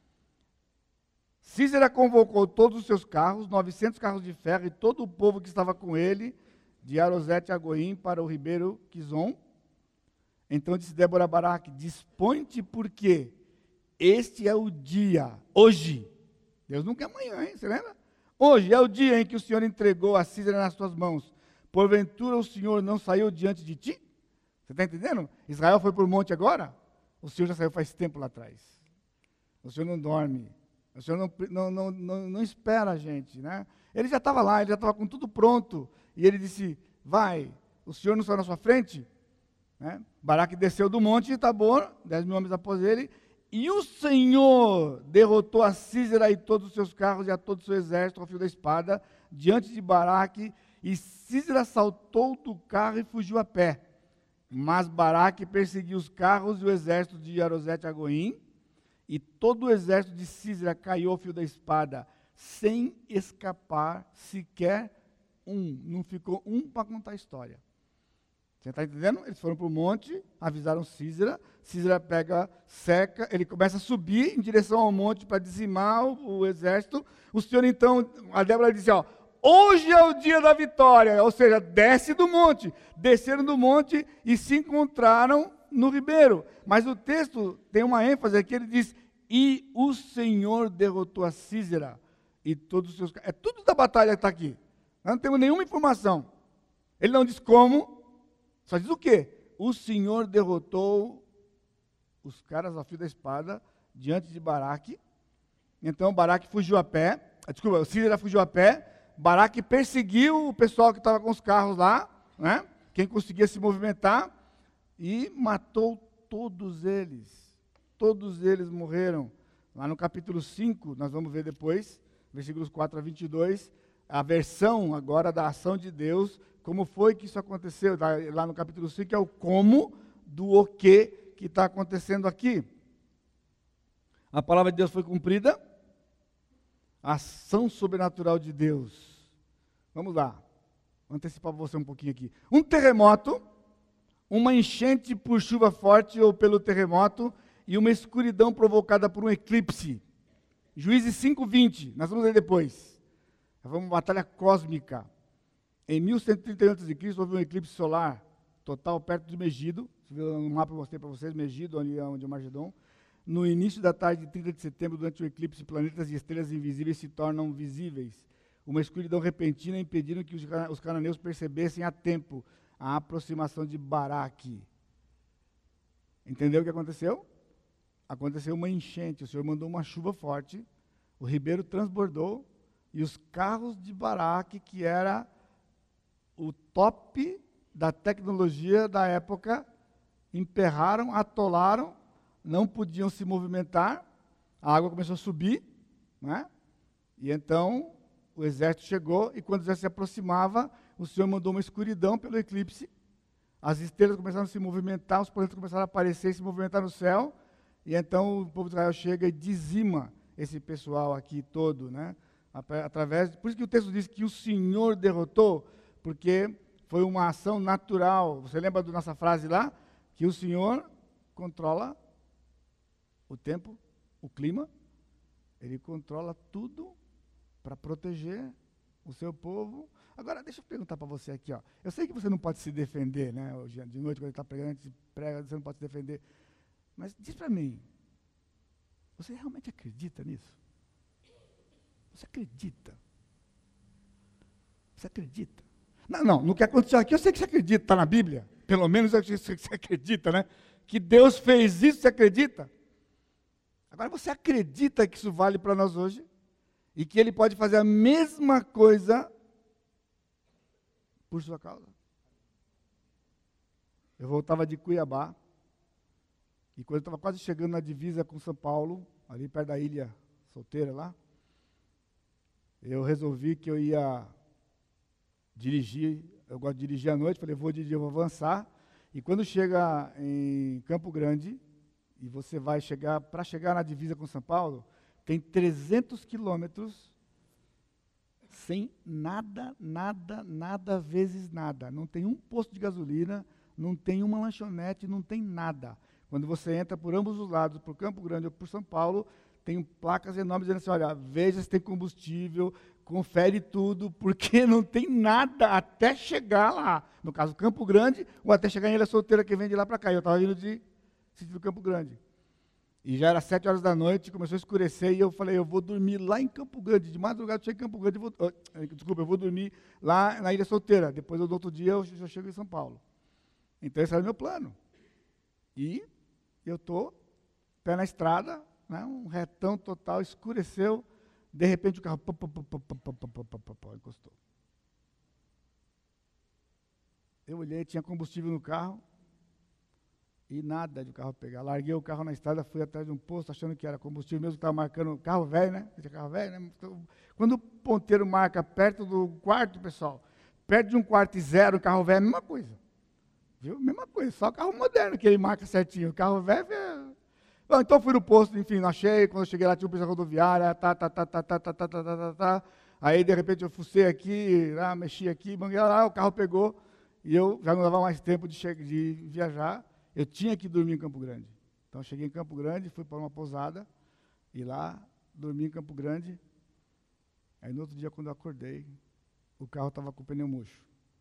Sísera convocou todos os seus carros, novecentos carros de ferro, e todo o povo que estava com ele, de Arosete a Goim, para o ribeiro Quizon. Então disse Débora a Baraque, dispõe-te porque este é o dia, hoje, Deus não quer amanhã, hein, você lembra? Hoje é o dia em que o Senhor entregou a Sísera nas tuas mãos. Porventura o Senhor não saiu diante de ti? Você está entendendo? Israel foi para o monte agora? O Senhor já saiu faz tempo lá atrás. O Senhor não dorme. O Senhor não, não, não, não, não espera a gente, né? Ele já estava lá, ele já estava com tudo pronto. E ele disse, vai, o Senhor não saiu na sua frente? Né? Baraque desceu do monte de Tabor, dez mil homens após ele, e o Senhor derrotou a Sísera e todos os seus carros e a todo o seu exército ao fio da espada, diante de Baraque, e Sísera saltou do carro e fugiu a pé. Mas Baraque perseguiu os carros e o exército de Arosete a Goim, e todo o exército de Sísera caiu ao fio da espada, sem escapar sequer um. Não ficou um para contar a história. Você está entendendo? Eles foram para o monte, avisaram Sísera, Sísera pega, seca, ele começa a subir em direção ao monte para dizimar o, o exército. O Senhor então, a Débora disse, ó, hoje é o dia da vitória, ou seja, desce do monte. Desceram do monte e se encontraram no ribeiro. Mas o texto tem uma ênfase aqui, ele diz, e o Senhor derrotou a Sísera e todos os seus... É tudo da batalha que está aqui. Nós não temos nenhuma informação. Ele não diz como, só diz o quê? O Senhor derrotou os caras ao fio da espada diante de Baraque. Então Baraque fugiu a pé, desculpa, o Sísera fugiu a pé, Baraque perseguiu o pessoal que estava com os carros lá, né? Quem conseguia se movimentar, e matou todos eles. Todos eles morreram. Lá no capítulo cinco, nós vamos ver depois, versículos quatro a vinte e dois, a versão agora da ação de Deus, como foi que isso aconteceu. Lá no capítulo cinco é o como do o que que está acontecendo aqui. A palavra de Deus foi cumprida, a ação sobrenatural de Deus. Vamos lá, vou antecipar você um pouquinho aqui. Um terremoto, uma enchente por chuva forte ou pelo terremoto, e uma escuridão provocada por um eclipse. Juízes cinco, vinte, nós vamos ler depois. Foi uma batalha cósmica. Em mil cento e trinta e um antes de Cristo houve um eclipse solar total perto de Megido. No mapa eu mostrei para vocês, Megido, ali onde é o Magedon. No início da tarde de trinta de setembro, durante o eclipse, planetas e estrelas invisíveis se tornam visíveis. Uma escuridão repentina impedindo que os cananeus percebessem a tempo a aproximação de Baraque. Entendeu o que aconteceu? Aconteceu uma enchente, o Senhor mandou uma chuva forte, o ribeiro transbordou, e os carros de Baraque, que era o top da tecnologia da época, emperraram, atolaram, não podiam se movimentar, a água começou a subir, né? E então o exército chegou, e quando já se aproximava, o Senhor mandou uma escuridão pelo eclipse, as estrelas começaram a se movimentar, os planetas começaram a aparecer e se movimentar no céu, e então o povo de Israel chega e dizima esse pessoal aqui todo, né? Através, por isso que o texto diz que o Senhor derrotou, porque foi uma ação natural. Você lembra da nossa frase lá? Que o Senhor controla o tempo, o clima, Ele controla tudo para proteger o seu povo. Agora, deixa eu perguntar para você aqui, ó. Eu sei que você não pode se defender, né? Hoje de noite, quando ele está pregando, a gente prega, você não pode se defender. Mas diz para mim, você realmente acredita nisso? Você acredita? Você acredita? Não, não, no que aconteceu aqui, eu sei que você acredita, está na Bíblia. Pelo menos eu sei que você acredita, né? Que Deus fez isso, você acredita? Agora, você acredita que isso vale para nós hoje? E que Ele pode fazer a mesma coisa por sua causa? Eu voltava de Cuiabá, e quando eu estava quase chegando na divisa com São Paulo, ali perto da Ilha Solteira lá, eu resolvi que eu ia dirigir eu gosto de dirigir à noite, falei, vou dirigir, vou avançar. E quando chega em Campo Grande, e você vai chegar, para chegar na divisa com São Paulo, tem trezentos quilômetros sem nada, nada, nada vezes nada. Não tem um posto de gasolina, não tem uma lanchonete, não tem nada. Quando você entra por ambos os lados, por Campo Grande ou por São Paulo, tem placas enormes dizendo assim, olha, veja se tem combustível, confere tudo, porque não tem nada até chegar lá. No caso, Campo Grande, ou até chegar em Ilha Solteira, que vem de lá para cá. Eu estava vindo de sítio do Campo Grande. E já era sete horas da noite, começou a escurecer, e eu falei, eu vou dormir lá em Campo Grande, de madrugada eu chego em Campo Grande, vou, oh, desculpa, eu vou dormir lá na Ilha Solteira, depois no outro dia eu, eu chego em São Paulo. Então esse era o meu plano. E eu estou, pé na estrada, né, um retão total, escureceu, de repente o carro pô, pô, pô, pô, pô, pô, pô, pô, pô, pô, encostou. Eu olhei, tinha combustível no carro, e nada de o carro pegar. Larguei o carro na estrada, fui atrás de um posto, achando que era combustível mesmo, que estava marcando carro velho, né? Carro velho, né? Quando o ponteiro marca perto do quarto, pessoal, perto de um quarto e zero, o carro velho é a mesma coisa. Viu? Mesma coisa, só carro moderno que ele marca certinho. O carro velho é... Bom, então fui no posto, enfim, não achei. Quando eu cheguei lá, tinha um polícia rodoviária, tá, tá, tá, tá, tá, tá, tá, tá, tá, tá. Aí, de repente, eu fucei aqui, lá, mexi aqui, banguei lá, o carro pegou, e eu já não dava mais tempo de, che- de viajar. Eu tinha que dormir em Campo Grande. Então, eu cheguei em Campo Grande, fui para uma pousada, e lá, dormi em Campo Grande. Aí, no outro dia, quando eu acordei, o carro estava com o pneu murcho.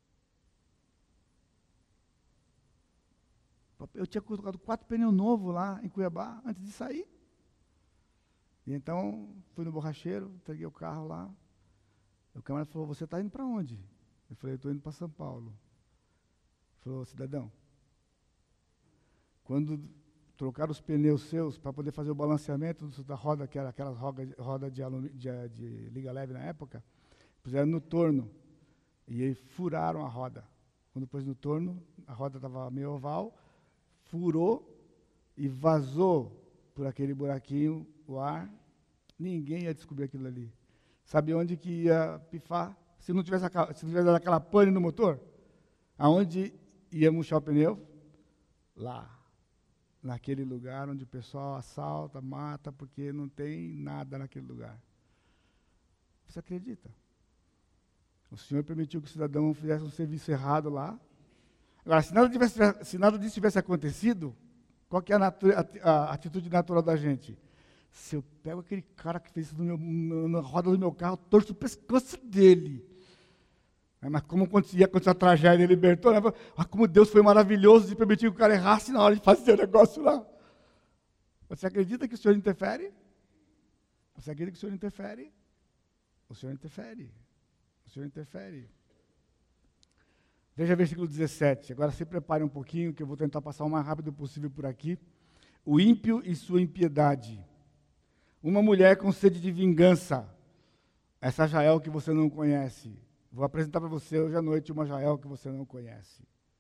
Eu tinha colocado quatro pneus novos lá em Cuiabá, antes de sair. E então, fui no borracheiro, entreguei o carro lá. O camarada falou, você está indo para onde? Eu falei, eu estou indo para São Paulo. Ele falou, cidadão, quando trocaram os pneus seus para poder fazer o balanceamento da roda, que era aquelas rodas roda de, alumi- de, de liga leve na época, puseram no torno e aí furaram a roda. Quando pôs no torno, a roda estava meio oval, furou e vazou por aquele buraquinho o ar. Ninguém ia descobrir aquilo ali. Sabe onde que ia pifar? Se não tivesse, aquela, se não tivesse dado aquela pane no motor, aonde ia murchar o pneu? Lá. Naquele lugar onde o pessoal assalta, mata, porque não tem nada naquele lugar. Você acredita? O Senhor permitiu que o cidadão fizesse um serviço errado lá. Agora, se nada, tivesse, se nada disso tivesse acontecido, qual que é a, natu- a- a atitude natural da gente? Se eu pego aquele cara que fez isso no meu, no- na roda do meu carro, torço o pescoço dele. É, mas como ia acontecer a tragédia, ele libertou, né? Ah, como Deus foi maravilhoso de permitir que o cara errasse na hora de fazer o negócio lá. Você acredita que o Senhor interfere? Você acredita que o Senhor interfere? O Senhor interfere. O Senhor interfere. Veja o versículo dezessete. Agora se prepare um pouquinho, que eu vou tentar passar o mais rápido possível por aqui. O ímpio e sua impiedade. Uma mulher com sede de vingança. Essa Jael que você não conhece. Vou apresentar para você hoje à noite uma Jael que você não conhece.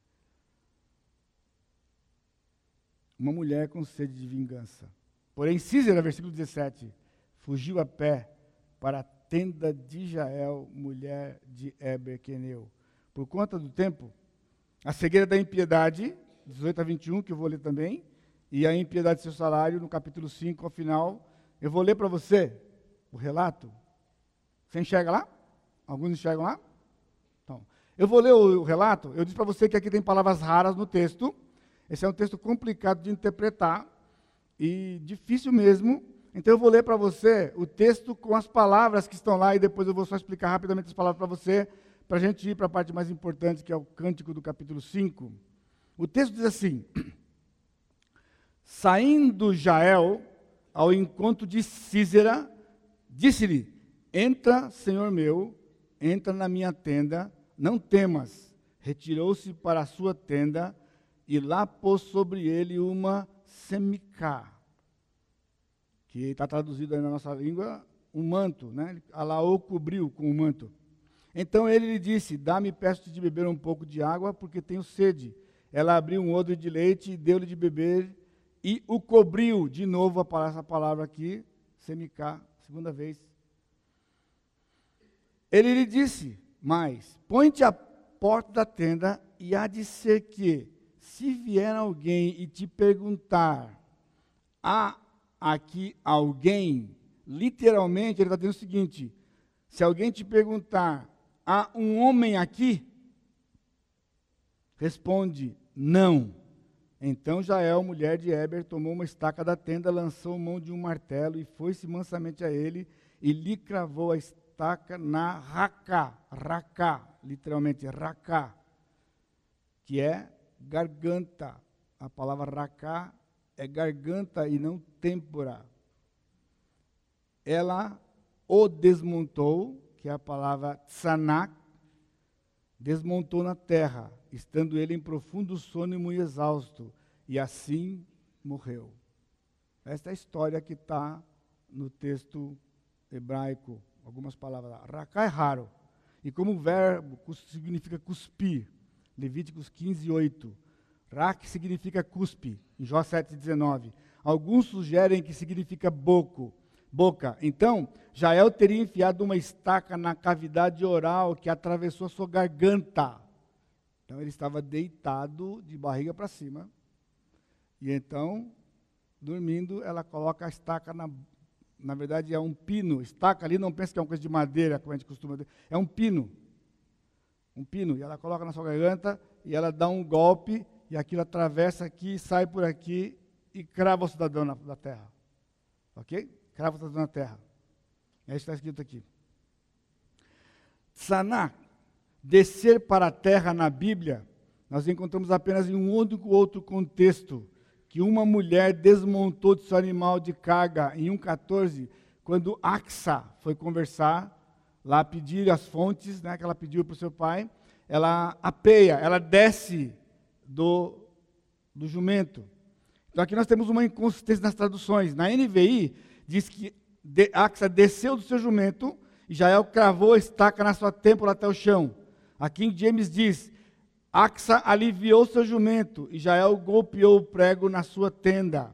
Uma mulher com sede de vingança. Porém, Císera, versículo dezessete, fugiu a pé para a tenda de Jael, mulher de Heber queneu. Por conta do tempo, a cegueira da impiedade, dezoito a vinte e um, que eu vou ler também, e a impiedade de seu salário, no capítulo cinco, ao final. Eu vou ler para você o relato. Você enxerga lá? Alguns enxergam lá? Então, eu vou ler o, o relato. Eu disse para você que aqui tem palavras raras no texto. Esse é um texto complicado de interpretar e difícil mesmo. Então, eu vou ler para você o texto com as palavras que estão lá e depois eu vou só explicar rapidamente as palavras para você, para a gente ir para a parte mais importante, que é o cântico do capítulo cinco. O texto diz assim: saindo Jael ao encontro de Císera, disse-lhe, entra, Senhor meu, entra na minha tenda, não temas. Retirou-se para a sua tenda e lá pôs sobre ele uma semicá, que está traduzido aí na nossa língua, um manto, né? Ela o cobriu com um manto. Então ele lhe disse, dá-me, peço-te de beber um pouco de água, porque tenho sede. Ela abriu um odre de leite e deu-lhe de beber e o cobriu. De novo aparece essa palavra aqui, semicá, segunda vez. Ele lhe disse, mais, põe-te a, porta da tenda, e há de ser que, se vier alguém e te perguntar, há aqui alguém, literalmente ele está dizendo o seguinte, se alguém te perguntar, há um homem aqui? Responde, não. Então Jael, mulher de Heber, tomou uma estaca da tenda, lançou mão de um martelo e foi-se mansamente a ele e lhe cravou a estaca na racá, racá, literalmente racá, que é garganta. A palavra racá é garganta e não têmpora. Ela o desmontou, que é a palavra tsanak, desmontou na terra, estando ele em profundo sono e muito exausto, e assim morreu. Esta é a história que está no texto hebraico, algumas palavras lá. Racá é raro, e como verbo significa cuspir, Levíticos quinze, oito. Rak significa cuspe, em Jó sete, dezenove. Alguns sugerem que significa boco, boca. Então, Jael teria enfiado uma estaca na cavidade oral que atravessou a sua garganta. Então, ele estava deitado de barriga para cima. E então, dormindo, ela coloca a estaca na... Na verdade, é um pino. Estaca ali, não pensa que é uma coisa de madeira, como a gente costuma dizer. É um pino. Um pino. E ela coloca na sua garganta e ela dá um golpe e aquilo atravessa aqui, sai por aqui e crava o cidadão na, na terra. Ok? Crava o cidadão na terra. É isso que está escrito aqui. Tsaná, descer para a terra na Bíblia, nós encontramos apenas em um único outro contexto, que uma mulher desmontou de seu animal de carga em um quatorze, quando Axa foi conversar, lá pedir as fontes, né, que ela pediu para o seu pai, ela apeia, ela desce do, do jumento. Então aqui nós temos uma inconsistência nas traduções. Na N V I, diz que de, Axa desceu do seu jumento e Jael cravou a estaca na sua têmpora até o chão. Aqui em James diz, Axa aliviou seu jumento e Jael golpeou o prego na sua tenda.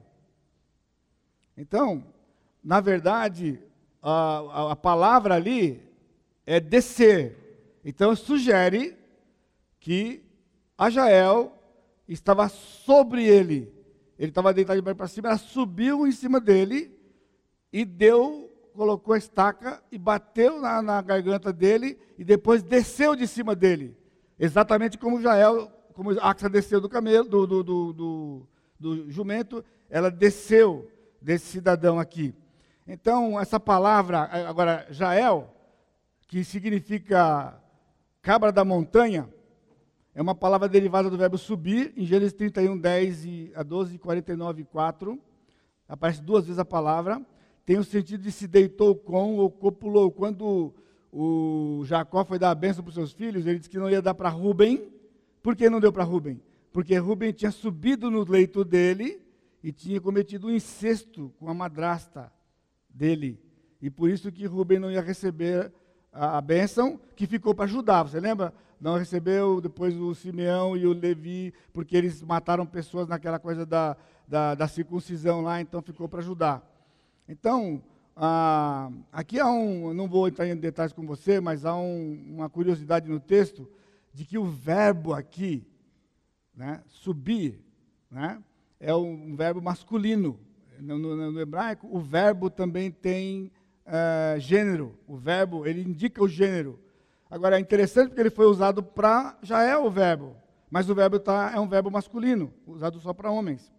Então, na verdade, a, a, a palavra ali é descer. Então, sugere que a Jael estava sobre ele. Ele estava deitado de baixo para cima, ela subiu em cima dele e deu, colocou a estaca e bateu na, na garganta dele e depois desceu de cima dele. Exatamente como Jael, como Axa desceu do camelo, do, do, do, do, do jumento, ela desceu desse cidadão aqui. Então, essa palavra, agora, Jael, que significa cabra da montanha, é uma palavra derivada do verbo subir, em Gênesis trinta e um, dez a doze, quarenta e nove, quatro, aparece duas vezes a palavra, tem o sentido de se deitou com ou copulou. Quando o Jacó foi dar a bênção para os seus filhos, ele disse que não ia dar para Rubem. Por que não deu para Rubem? Porque Rubem tinha subido no leito dele e tinha cometido um incesto com a madrasta dele. E por isso que Rubem não ia receber a, a bênção, que ficou para Judá. Você lembra? Não recebeu depois o Simeão e o Levi, porque eles mataram pessoas naquela coisa da, da, da circuncisão lá, então ficou para Judá. Então, Ah, aqui há um, não vou entrar em detalhes com você, mas há um, uma curiosidade no texto, de que o verbo aqui, né, subir, né, é um verbo masculino. No, no, no hebraico, o verbo também tem uh, gênero. O verbo, ele indica o gênero. Agora, é interessante porque ele foi usado para, já é o verbo, mas o verbo tá, é um verbo masculino, usado só para homens.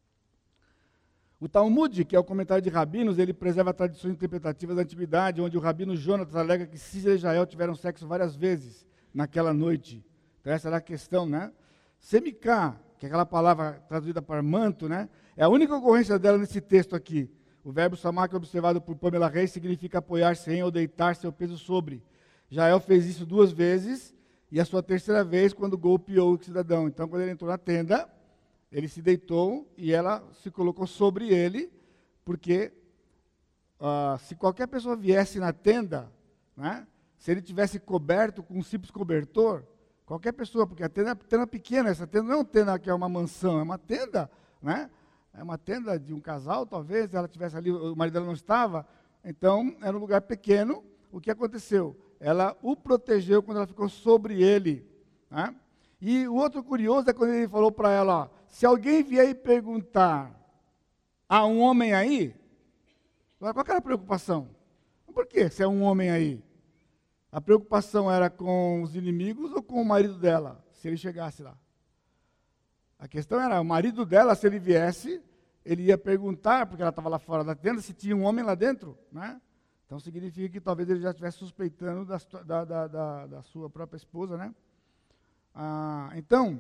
O Talmud, que é o comentário de rabinos, ele preserva tradições interpretativas da antiguidade, onde o rabino Jonatas alega que Cícera e Jael tiveram sexo várias vezes naquela noite. Então essa era a questão, né? Semicá, que é aquela palavra traduzida para manto, né? É a única ocorrência dela nesse texto aqui. O verbo samar, que é observado por Pamela Reis, significa apoiar-se em ou deitar seu peso sobre. Jael fez isso duas vezes, e a sua terceira vez quando golpeou o cidadão. Então, quando ele entrou na tenda, ele se deitou e ela se colocou sobre ele, porque uh, se qualquer pessoa viesse na tenda, né, se ele tivesse coberto com um simples cobertor, qualquer pessoa, porque a tenda é uma tenda pequena, essa tenda não é uma tenda que é uma mansão, é uma tenda, né, é uma tenda de um casal, talvez, ela estivesse ali, o marido dela não estava, então era um lugar pequeno. O que aconteceu? Ela o protegeu quando ela ficou sobre ele, Né? E o outro curioso é quando ele falou para ela, ó, se alguém vier e perguntar, há um homem aí? Qual era a preocupação? Por quê, se é um homem aí? A preocupação era com os inimigos ou com o marido dela, se ele chegasse lá? A questão era, o marido dela, se ele viesse, ele ia perguntar, porque ela estava lá fora da tenda, se tinha um homem lá dentro, né? Então significa que talvez ele já estivesse suspeitando da, da, da, da, da sua própria esposa, né? Ah, então,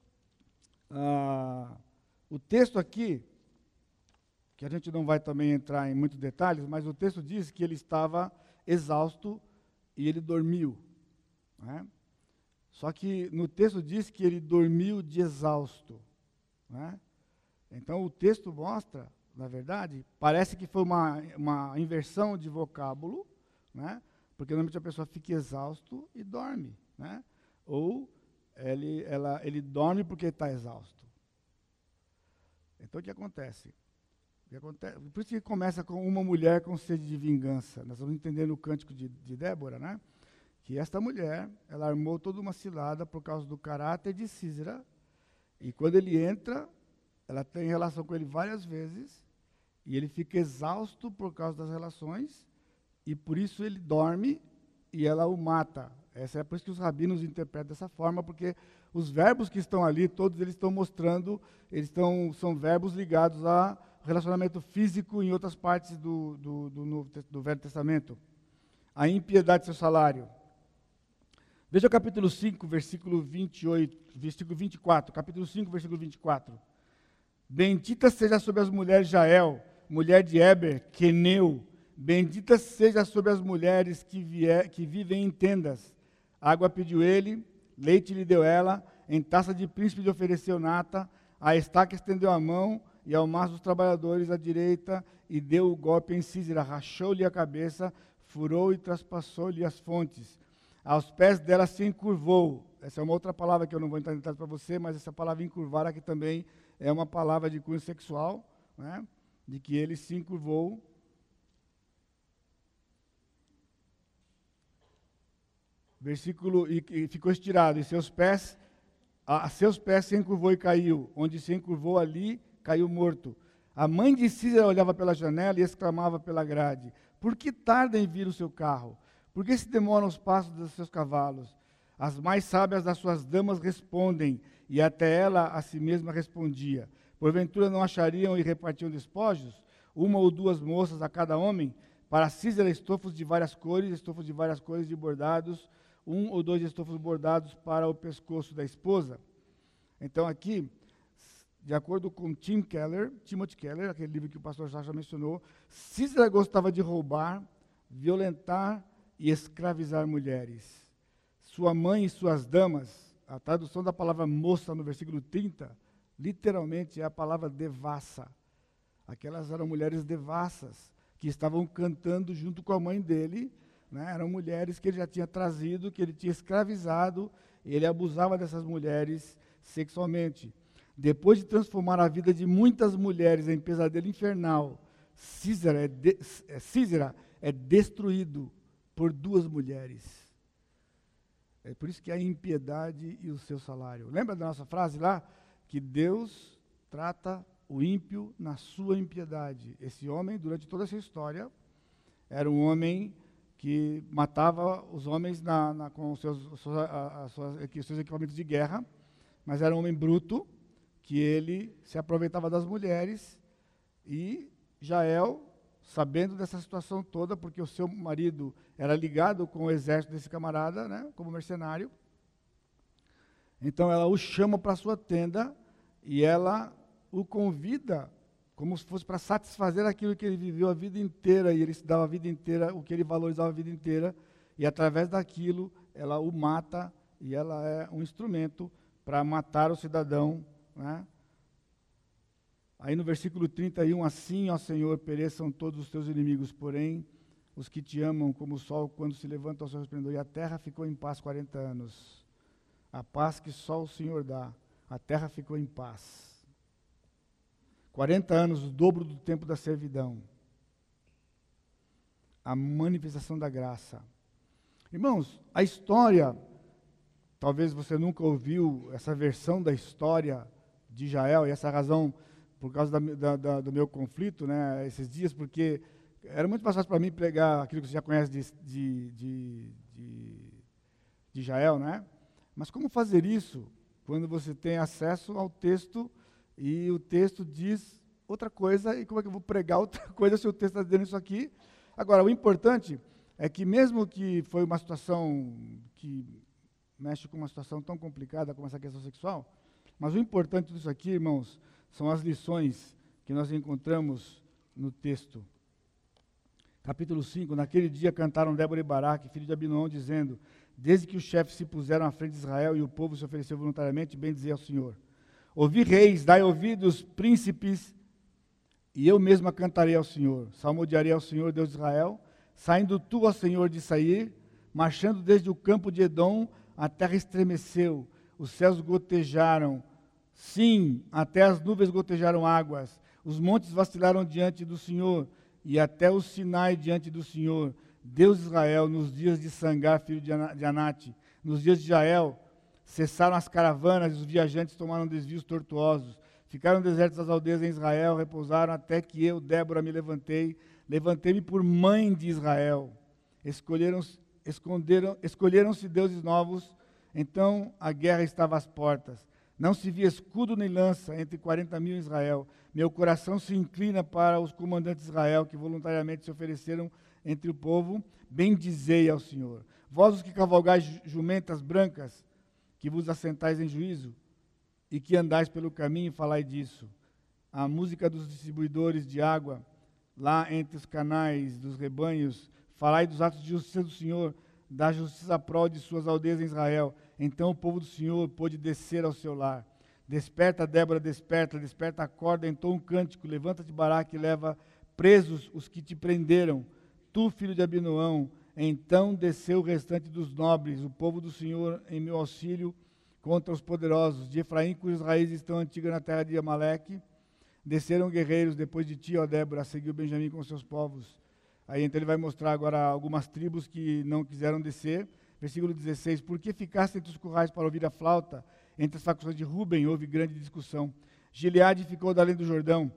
ah, o texto aqui, que a gente não vai também entrar em muitos detalhes, mas o texto diz que ele estava exausto e ele dormiu, né? Só que no texto diz que ele dormiu de exausto, né? Então o texto mostra, na verdade, parece que foi uma, uma inversão de vocábulo, né? Porque normalmente a pessoa fica exausto e dorme, né? Ou ele, ela, ele dorme porque está exausto. Então o que acontece? O que acontece? Por isso que começa com uma mulher com sede de vingança. Nós vamos entender no cântico de, de Débora, né? Que esta mulher, ela armou toda uma cilada por causa do caráter de Sísera, e quando ele entra, ela tem relação com ele várias vezes, e ele fica exausto por causa das relações, e por isso ele dorme, e ela o mata. Essa é por isso que os rabinos interpretam dessa forma, porque os verbos que estão ali, todos eles estão mostrando, eles estão, são verbos ligados a relacionamento físico em outras partes do, do, do, Novo, do Velho Testamento. A impiedade de seu salário. Veja o capítulo cinco, versículo vinte e oito, versículo vinte e quatro, capítulo cinco, versículo vinte e quatro. Bendita seja sobre as mulheres Jael, mulher de Eber, Queneu. Bendita seja sobre as mulheres que, vier, que vivem em tendas. Água pediu ele, leite lhe deu ela, em taça de príncipe lhe ofereceu nata, a estaca estendeu a mão, e ao maço dos trabalhadores à direita, e deu o golpe em Sísera, rachou-lhe a cabeça, furou e traspassou-lhe as fontes. Aos pés dela se encurvou. Essa é uma outra palavra que eu não vou entrar em detalhes para você, mas essa palavra encurvar aqui também é uma palavra de cunho sexual, né? De que ele se encurvou. Versículo, e, e ficou estirado, e seus pés, a, a seus pés se encurvou e caiu. Onde se encurvou ali, caiu morto. A mãe de Sísera olhava pela janela e exclamava pela grade, por que tarda em vir o seu carro? Por que se demoram os passos dos seus cavalos? As mais sábias das suas damas respondem, e até ela a si mesma respondia. Porventura não achariam e repartiam despojos? Uma ou duas moças a cada homem? Para Sísera, estofos de várias cores, estofos de várias cores de bordados, um ou dois estofos bordados para o pescoço da esposa. Então aqui, de acordo com Tim Keller, Timothy Keller, aquele livro que o pastor Sacha mencionou, Sísera gostava de roubar, violentar e escravizar mulheres. Sua mãe e suas damas, a tradução da palavra moça no versículo trinta, literalmente é a palavra devassa. Aquelas eram mulheres devassas, que estavam cantando junto com a mãe dele, né? Eram mulheres que ele já tinha trazido, que ele tinha escravizado, e ele abusava dessas mulheres sexualmente. Depois de transformar a vida de muitas mulheres em pesadelo infernal, Sísera é, de, é, Sísera é destruído por duas mulheres. É por isso que a impiedade e o seu salário. Lembra da nossa frase lá? Que Deus trata o ímpio na sua impiedade. Esse homem, durante toda essa história, era um homem que matava os homens na, na, com os seus, suas, a, a, suas, os seus equipamentos de guerra, mas era um homem bruto, que ele se aproveitava das mulheres, e Jael, sabendo dessa situação toda, porque o seu marido era ligado com o exército desse camarada, né, como mercenário, então ela o chama para sua tenda, e ela o convida, como se fosse para satisfazer aquilo que ele viveu a vida inteira, e ele se dava a vida inteira, o que ele valorizava a vida inteira, e através daquilo, ela o mata, e ela é um instrumento para matar o cidadão, né? Aí no versículo trinta e um, assim, ó Senhor, pereçam todos os teus inimigos, porém, os que te amam como o sol quando se levanta ao seu esplendor. E a terra ficou em paz quarenta anos. A paz que só o Senhor dá. A terra ficou em paz. quarenta anos, o dobro do tempo da servidão. A manifestação da graça. Irmãos, a história talvez você nunca ouviu essa versão da história de Israel, e essa razão, por causa da, da, da, do meu conflito, né, esses dias, porque era muito mais fácil para mim pregar aquilo que você já conhece de, de, de, de, de Israel, né? Mas como fazer isso quando você tem acesso ao texto e o texto diz outra coisa, e como é que eu vou pregar outra coisa se o texto está dizendo isso aqui? Agora, o importante é que mesmo que foi uma situação que mexe com uma situação tão complicada como essa questão sexual, mas o importante disso aqui, irmãos, são as lições que nós encontramos no texto. Capítulo cinco, naquele dia cantaram Débora e Baraque, filho de Abinoão, dizendo, desde que os chefes se puseram à frente de Israel e o povo se ofereceu voluntariamente, bem dizer ao Senhor. Ouvi reis, dai ouvidos, príncipes, e eu mesma cantarei ao Senhor. Salmodiarei ao Senhor, Deus de Israel, saindo tu, ó Senhor, de Sair, marchando desde o campo de Edom, a terra estremeceu, os céus gotejaram, sim, até as nuvens gotejaram águas, os montes vacilaram diante do Senhor, e até o Sinai diante do Senhor, Deus de Israel, nos dias de Sangar, filho de Anate, nos dias de Jael, cessaram as caravanas, e os viajantes tomaram desvios tortuosos, ficaram desertas as aldeias em Israel, repousaram até que eu, Débora, me levantei, levantei-me por mãe de Israel, escolheram Esconderam, escolheram-se deuses novos, então a guerra estava às portas. Não se via escudo nem lança entre quarenta mil em Israel. Meu coração se inclina para os comandantes de Israel, que voluntariamente se ofereceram entre o povo. Bendizei ao Senhor. Vós os que cavalgais jumentas brancas, que vos assentais em juízo, e que andais pelo caminho, falai disso. A música dos distribuidores de água, lá entre os canais dos rebanhos, falai dos atos de justiça do Senhor, da justiça à prol de suas aldeias em Israel. Então o povo do Senhor pôde descer ao seu lar. Desperta, Débora, desperta, desperta, acorda, entoa um cântico, levanta-te, Baraque, e leva presos os que te prenderam. Tu, filho de Abinoão, então desceu o restante dos nobres, o povo do Senhor, em meu auxílio contra os poderosos. De Efraim, cujas raízes estão antigas na terra de Amaleque, desceram guerreiros depois de ti, ó Débora, seguiu Benjamim com seus povos. Aí então ele vai mostrar agora algumas tribos que não quiseram descer. Versículo dezesseis, por que ficaste entre os currais para ouvir a flauta? Entre as facções de Ruben houve grande discussão. Gileade ficou da além do Jordão.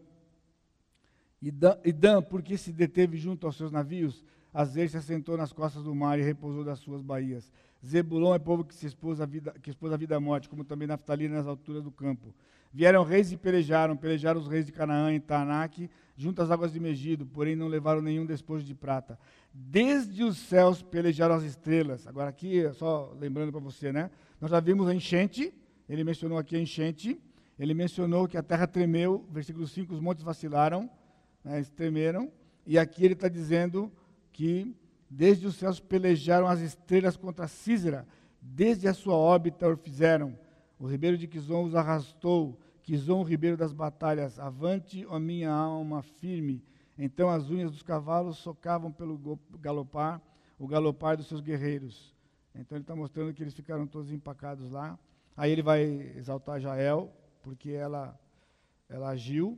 E Dan, e Dan, porque se deteve junto aos seus navios? Azer se assentou nas costas do mar e repousou das suas baías. Zebulon é povo que se expôs à vida, que expôs a vida à morte, como também Naftali nas alturas do campo. Vieram reis e pelejaram, pelejaram os reis de Canaã em Taanaque, junto às águas de Megido, porém não levaram nenhum despojo de prata. Desde os céus pelejaram as estrelas. Agora aqui, só lembrando para você, né? Nós já vimos a enchente, ele mencionou aqui a enchente, ele mencionou que a terra tremeu, versículo cinco, os montes vacilaram, né, eles tremeram, e aqui ele está dizendo que desde os céus pelejaram as estrelas contra Císera, desde a sua órbita o fizeram. O ribeiro de Quizon os arrastou, Quizon, o ribeiro das batalhas, avante, ó minha alma firme. Então as unhas dos cavalos socavam pelo galopar, o galopar dos seus guerreiros. Então ele está mostrando que eles ficaram todos empacados lá. Aí ele vai exaltar Jael, porque ela, ela agiu.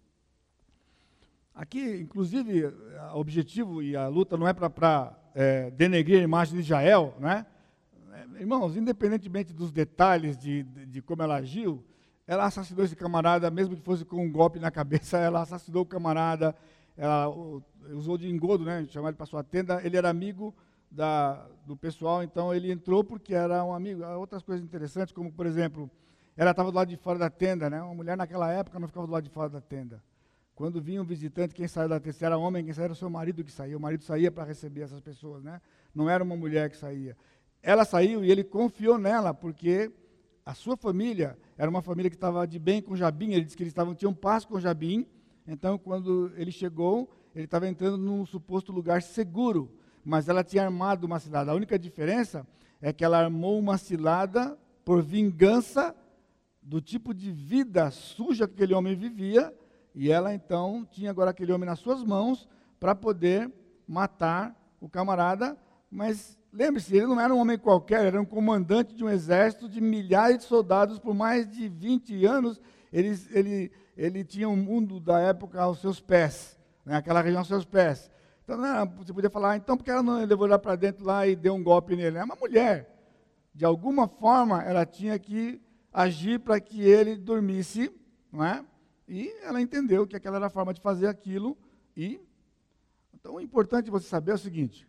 Aqui, inclusive, o objetivo e a luta não é para é, denegrir a imagem de Jael, né? Irmãos, independentemente dos detalhes de, de, de como ela agiu, ela assassinou esse camarada, mesmo que fosse com um golpe na cabeça, ela assassinou o camarada, ela usou de engodo, né, chamar ele para sua tenda, ele era amigo da, do pessoal, então ele entrou porque era um amigo. Outras coisas interessantes, como, por exemplo, ela estava do lado de fora da tenda, né, uma mulher naquela época não ficava do lado de fora da tenda. Quando vinha um visitante, quem saía da tenda, se era homem, quem saía era o seu marido que saía, o marido saía para receber essas pessoas, né, não era uma mulher que saía. Ela saiu e ele confiou nela, porque a sua família era uma família que estava de bem com Jabim. Ele disse que eles estavam, tinham paz com Jabim. Então, quando ele chegou, ele estava entrando num suposto lugar seguro, mas ela tinha armado uma cilada. A única diferença é que ela armou uma cilada por vingança do tipo de vida suja que aquele homem vivia, e ela, então, tinha agora aquele homem nas suas mãos para poder matar o camarada, mas lembre-se, ele não era um homem qualquer, era um comandante de um exército de milhares de soldados por mais de vinte anos. Ele, ele, ele tinha um mundo da época aos seus pés, né, aquela região aos seus pés. Então, não, você podia falar, ah, então por que ela não levou lá para dentro lá e deu um golpe nele? É uma mulher. de alguma forma, ela tinha que agir para que ele dormisse, não é? E ela entendeu que aquela era a forma de fazer aquilo. E então, o importante você saber é o seguinte: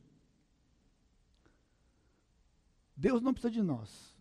Deus não precisa de nós.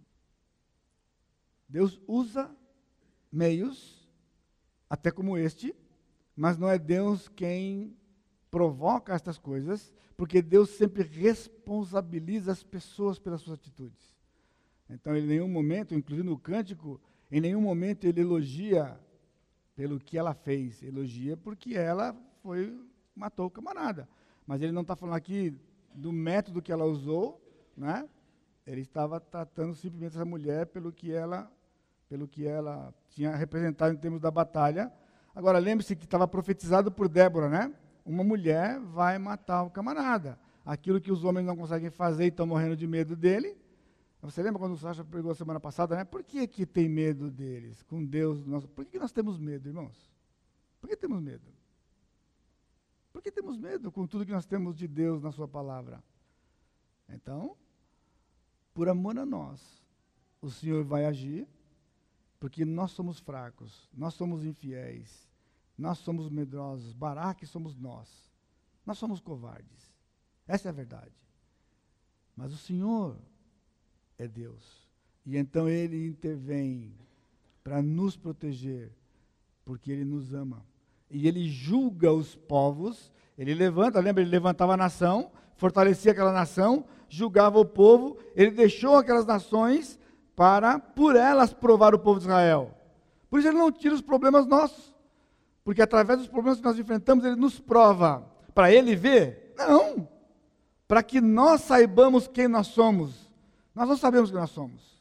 Deus usa meios, até como este, mas não é Deus quem provoca estas coisas, porque Deus sempre responsabiliza as pessoas pelas suas atitudes. Então, ele, em nenhum momento, inclusive no cântico, em nenhum momento ele elogia pelo que ela fez, elogia porque ela foi, matou o camarada. Mas ele não está falando aqui do método que ela usou, né? Ele estava tratando simplesmente essa mulher pelo que ela, pelo que ela tinha representado em termos da batalha. Agora, lembre-se que estava profetizado por Débora, né? Uma mulher vai matar o camarada. Aquilo que os homens não conseguem fazer e estão morrendo de medo dele. Você lembra quando o Sacha pregou semana passada, né? Por que que tem medo deles? Com Deus, nós, por que nós temos medo, irmãos? Por que temos medo? Por que temos medo com tudo que nós temos de Deus na sua palavra? Então, por amor a nós, o Senhor vai agir, porque nós somos fracos, nós somos infiéis, nós somos medrosos, Baraque somos nós, nós somos covardes. Essa é a verdade. Mas o Senhor é Deus. E então Ele intervém para nos proteger, porque Ele nos ama. E Ele julga os povos, Ele levanta, lembra, Ele levantava a nação, fortalecia aquela nação, julgava o povo, Ele deixou aquelas nações para, por elas, provar o povo de Israel. Por isso Ele não tira os problemas nossos, porque através dos problemas que nós enfrentamos, Ele nos prova. Para Ele ver? Não. Para que nós saibamos quem nós somos. Nós não sabemos quem nós somos.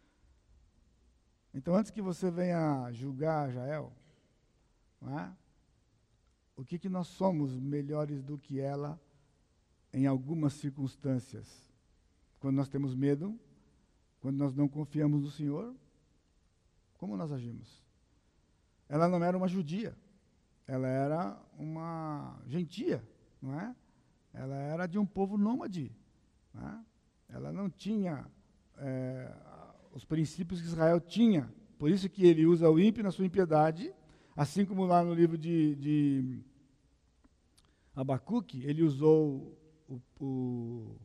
Então, antes que você venha julgar Jael, não é? O que, que nós somos melhores do que ela em algumas circunstâncias? Quando nós temos medo, quando nós não confiamos no Senhor, como nós agimos? Ela não era uma judia, ela era uma gentia, não é? Ela era de um povo nômade, não é? Ela não tinha é, os princípios que Israel tinha. Por isso que ele usa o ímpio na sua impiedade, assim como lá no livro de, de Abacuque, ele usou o, o,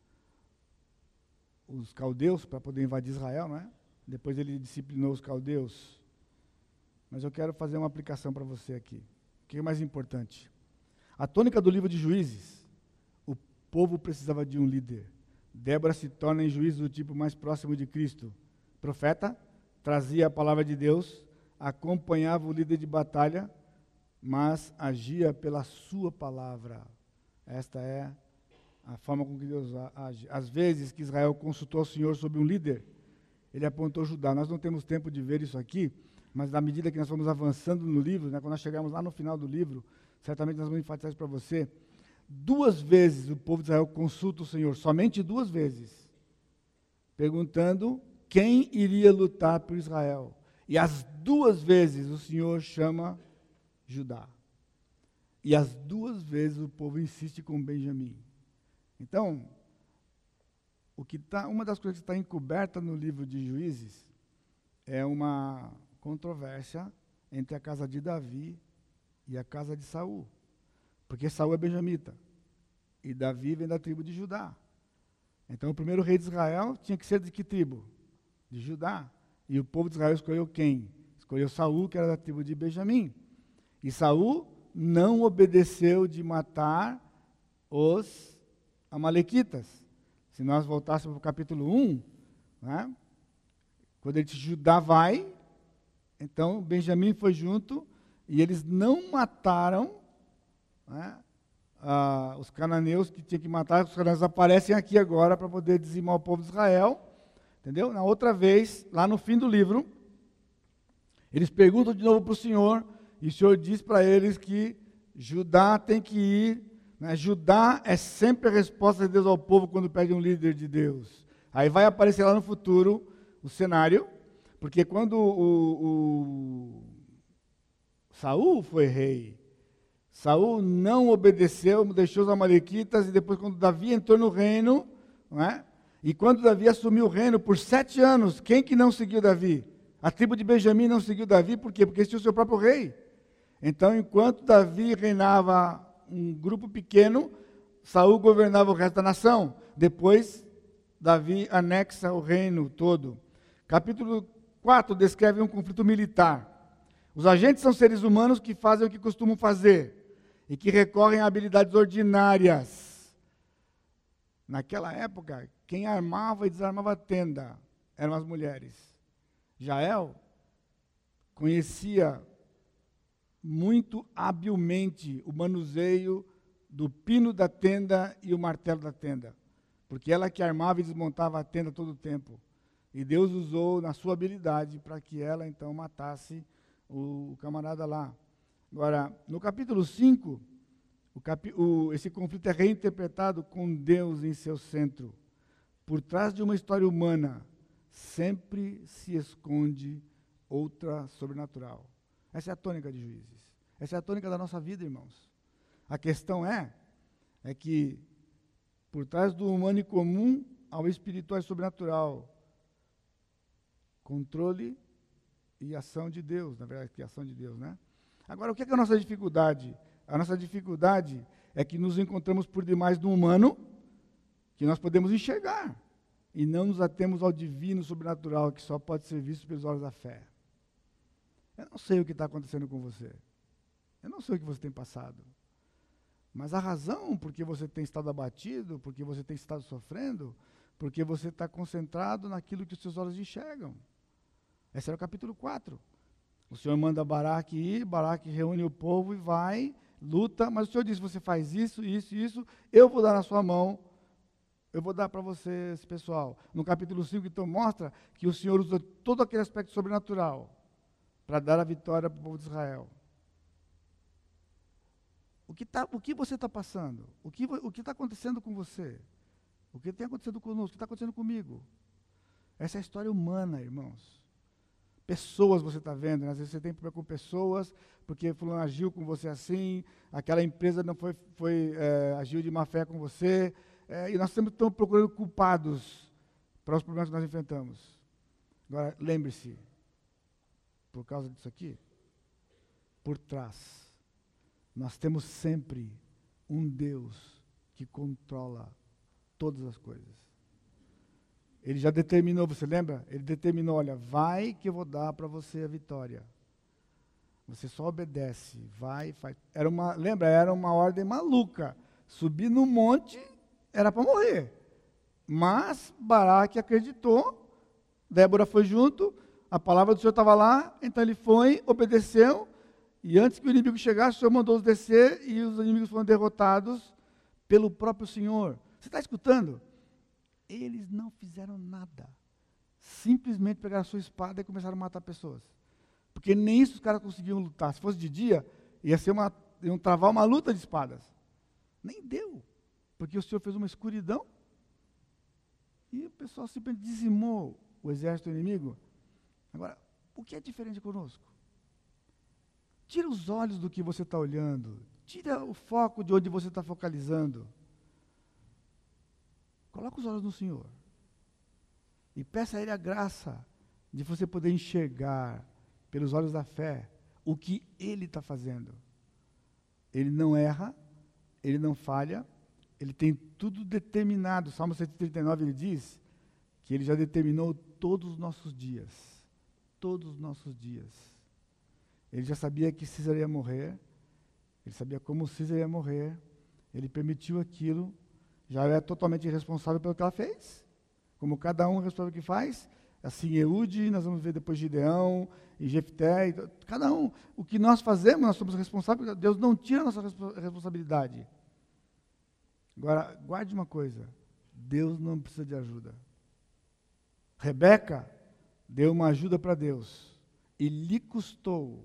os caldeus para poder invadir Israel, não é? Depois ele disciplinou os caldeus. Mas eu quero fazer uma aplicação para você aqui. O que é mais importante? A tônica do livro de Juízes, o povo precisava de um líder. Débora se torna em juízo do tipo mais próximo de Cristo. Profeta, trazia a palavra de Deus, acompanhava o líder de batalha, mas agia pela sua palavra. Esta é a forma com que Deus age. Às vezes que Israel consultou o Senhor sobre um líder, ele apontou Judá. Nós não temos tempo de ver isso aqui, mas na medida que nós vamos avançando no livro, né, quando nós chegarmos lá no final do livro, certamente nós vamos enfatizar isso para você. Duas vezes o povo de Israel consulta o Senhor, somente duas vezes, perguntando quem iria lutar por Israel. E as duas vezes o Senhor chama Judá. E as duas vezes o povo insiste com Benjamim. Então, o que tá, uma das coisas que está encoberta no livro de Juízes é uma controvérsia entre a casa de Davi e a casa de Saul. Porque Saul é benjamita, e Davi vem da tribo de Judá. Então, o primeiro rei de Israel tinha que ser de que tribo? De Judá. E o povo de Israel escolheu quem? Escolheu Saul, que era da tribo de Benjamim. E Saul não obedeceu de matar os amalequitas. Se nós voltássemos para o capítulo um, né, quando ele disse Judá vai, então Benjamim foi junto, e eles não mataram, né, ah, os cananeus que tinham que matar. Os cananeus aparecem aqui agora para poder dizimar o povo de Israel, entendeu? Na outra vez, lá no fim do livro, eles perguntam de novo para o Senhor, e o Senhor diz para eles que Judá tem que ir, né? Judá é sempre a resposta de Deus ao povo quando pede um líder de Deus. Aí vai aparecer lá no futuro o cenário, porque quando o, o Saul foi rei, Saul não obedeceu, deixou os amalequitas, e depois quando Davi entrou no reino, não é? E quando Davi assumiu o reino por sete anos, quem que não seguiu Davi? A tribo de Benjamim não seguiu Davi, por quê? Porque eles tinham o seu próprio rei. Então, enquanto Davi reinava um grupo pequeno, Saul governava o resto da nação. Depois, Davi anexa o reino todo. Capítulo quatro descreve um conflito militar. Os agentes são seres humanos que fazem o que costumam fazer e que recorrem a habilidades ordinárias. Naquela época, quem armava e desarmava a tenda eram as mulheres. Jael conhecia muito habilmente o manuseio do pino da tenda e o martelo da tenda, porque ela que armava e desmontava a tenda todo o tempo. E Deus usou na sua habilidade para que ela então matasse o camarada lá. Agora, no capítulo cinco, o capi, o, esse conflito é reinterpretado com Deus em seu centro. Por trás de uma história humana, sempre se esconde outra sobrenatural. Essa é a tônica de Juízes. Essa é a tônica da nossa vida, irmãos. A questão é, é que por trás do humano e comum, ao espiritual e sobrenatural, controle e ação de Deus, na verdade, que é ação de Deus, né? Agora, o que é, que é a nossa dificuldade? A nossa dificuldade é que nos encontramos por demais no humano, que nós podemos enxergar, e não nos atemos ao divino sobrenatural, que só pode ser visto pelos olhos da fé. Eu não sei o que está acontecendo com você. Eu não sei o que você tem passado. Mas a razão por que você tem estado abatido, por que você tem estado sofrendo, porque você está concentrado naquilo que os seus olhos enxergam. Esse era o capítulo quatro. O Senhor manda Baraque ir, Baraque reúne o povo e vai, luta, mas o Senhor diz, você faz isso, isso e isso, eu vou dar na sua mão, eu vou dar para você esse pessoal. No capítulo cinco, então, mostra que o Senhor usa todo aquele aspecto sobrenatural para dar a vitória para o povo de Israel. O que, tá, o que você está passando? O que o está acontecendo com você? O que tem acontecido conosco? O que está acontecendo comigo? Essa é a história humana, irmãos. Pessoas você está vendo, né? Às vezes você tem problema com pessoas, porque fulano agiu com você assim, aquela empresa não foi, foi é, agiu de má fé com você, é, e nós sempre estamos procurando culpados para os problemas que nós enfrentamos. Agora, lembre-se, por causa disso aqui, por trás, nós temos sempre um Deus que controla todas as coisas. Ele já determinou, você lembra? Ele determinou, olha, vai que eu vou dar para você a vitória. Você só obedece, vai, faz. Era uma, lembra? Era uma ordem maluca. Subir no monte era para morrer. Mas Baraque acreditou, Débora foi junto, a palavra do Senhor estava lá, então ele foi, obedeceu, e antes que o inimigo chegasse, o Senhor mandou-os descer, e os inimigos foram derrotados pelo próprio Senhor. Você está escutando? Eles não fizeram nada. Simplesmente pegaram a sua espada e começaram a matar pessoas. Porque nem isso os caras conseguiam lutar. Se fosse de dia, ia ser uma, iam travar uma luta de espadas. Nem deu. Porque o Senhor fez uma escuridão e o pessoal simplesmente dizimou o exército inimigo. Agora, o que é diferente conosco? Tira os olhos do que você está olhando. Tira o foco de onde você está focalizando. Coloca os olhos no Senhor. E peça a Ele a graça de você poder enxergar, pelos olhos da fé, o que Ele está fazendo. Ele não erra, Ele não falha, Ele tem tudo determinado. Salmo cento e trinta e nove, ele diz que Ele já determinou todos os nossos dias. Todos os nossos dias. Ele já sabia que César ia morrer, Ele sabia como César ia morrer, Ele permitiu aquilo, já é totalmente responsável pelo que ela fez, como cada um é responsável pelo que faz, assim Eude, nós vamos ver depois Gideão, e Jefté, e cada um, o que nós fazemos, nós somos responsáveis, Deus não tira a nossa responsabilidade. Agora, guarde uma coisa, Deus não precisa de ajuda. Rebeca deu uma ajuda para Deus, e lhe custou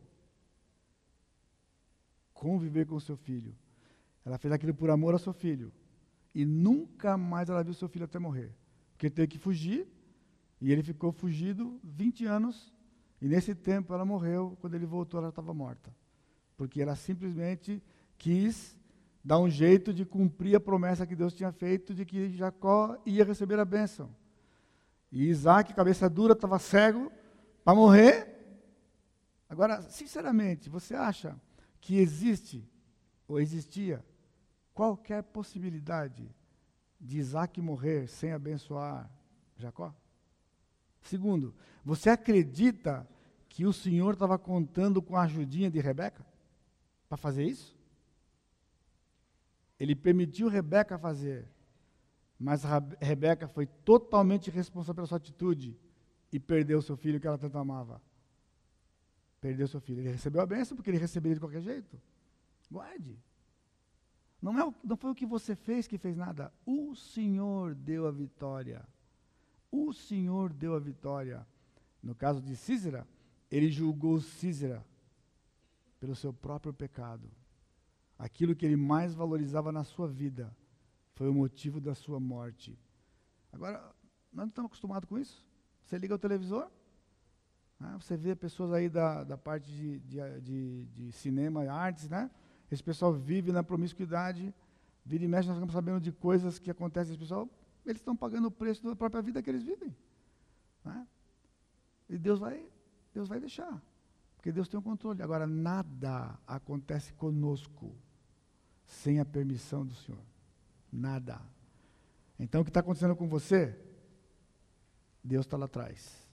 conviver com seu filho. Ela fez aquilo por amor ao seu filho. E nunca mais ela viu seu filho até morrer. Porque ele teve que fugir, e ele ficou fugido vinte anos, e nesse tempo ela morreu, quando ele voltou ela estava morta. Porque ela simplesmente quis dar um jeito de cumprir a promessa que Deus tinha feito de que Jacó ia receber a bênção. E Isaac, cabeça dura, estava cego para morrer. Agora, sinceramente, você acha que existe ou existia qualquer possibilidade de Isaac morrer sem abençoar Jacó? Segundo, você acredita que o Senhor estava contando com a ajudinha de Rebeca para fazer isso? Ele permitiu Rebeca fazer, mas Rebeca foi totalmente responsável pela sua atitude e perdeu seu filho que ela tanto amava. Perdeu seu filho. Ele recebeu a bênção porque ele receberia de qualquer jeito. Guarde. Não, é o, não foi o que você fez que fez nada. O Senhor deu a vitória. O Senhor deu a vitória. No caso de Sísera, ele julgou Sísera pelo seu próprio pecado. Aquilo que ele mais valorizava na sua vida foi o motivo da sua morte. Agora, nós não estamos acostumados com isso. Você liga o televisor, né, você vê pessoas aí da, da parte de, de, de, de cinema e artes, né? Esse pessoal vive na promiscuidade, vira e mexe, nós ficamos sabendo de coisas que acontecem, esse pessoal, eles estão pagando o preço da própria vida que eles vivem. Né? E Deus vai, Deus vai deixar, porque Deus tem o controle. Agora, nada acontece conosco sem a permissão do Senhor. Nada. Então, o que está acontecendo com você, Deus está lá atrás.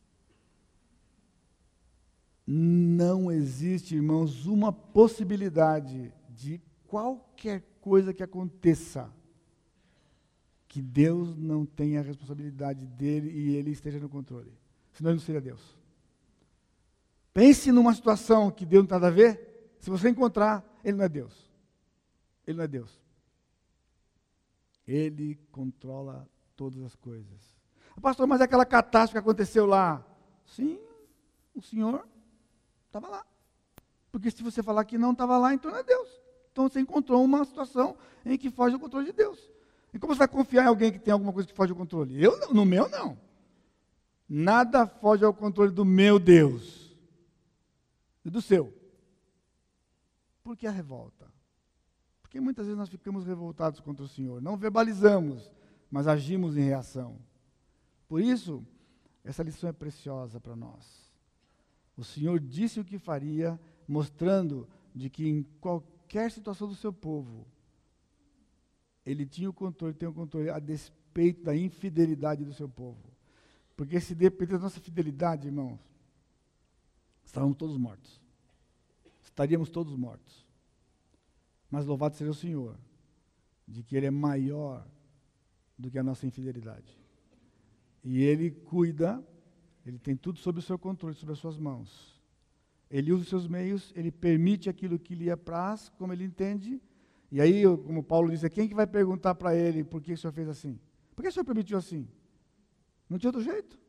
Não existe, irmãos, uma possibilidade de qualquer coisa que aconteça que Deus não tenha a responsabilidade dele e ele esteja no controle. Senão ele não seria Deus. Pense numa situação que Deus não tem nada a ver, se você encontrar, ele não é Deus. Ele não é Deus. Ele controla todas as coisas. Pastor, mas aquela catástrofe que aconteceu lá, sim, o Senhor estava lá. Porque se você falar que não estava lá, então não é Deus. Então você encontrou uma situação em que foge do controle de Deus. E como você vai confiar em alguém que tem alguma coisa que foge do controle? Eu não, no meu não. Nada foge ao controle do meu Deus. E do seu. Por que a revolta? Porque muitas vezes nós ficamos revoltados contra o Senhor. Não verbalizamos, mas agimos em reação. Por isso, essa lição é preciosa para nós. O Senhor disse o que faria, mostrando de que em qualquer situação do seu povo, Ele tinha o controle, tem o controle, a despeito da infidelidade do seu povo. Porque se depender da nossa fidelidade, irmãos, estávamos todos mortos. Estaríamos todos mortos. Mas louvado seja o Senhor, de que Ele é maior do que a nossa infidelidade. E Ele cuida, Ele tem tudo sob o seu controle, sob as suas mãos. Ele usa os seus meios, Ele permite aquilo que lhe apraz, como Ele entende. E aí, como Paulo disse, quem que vai perguntar para Ele por que o Senhor fez assim? Por que o Senhor permitiu assim? Não tinha outro jeito.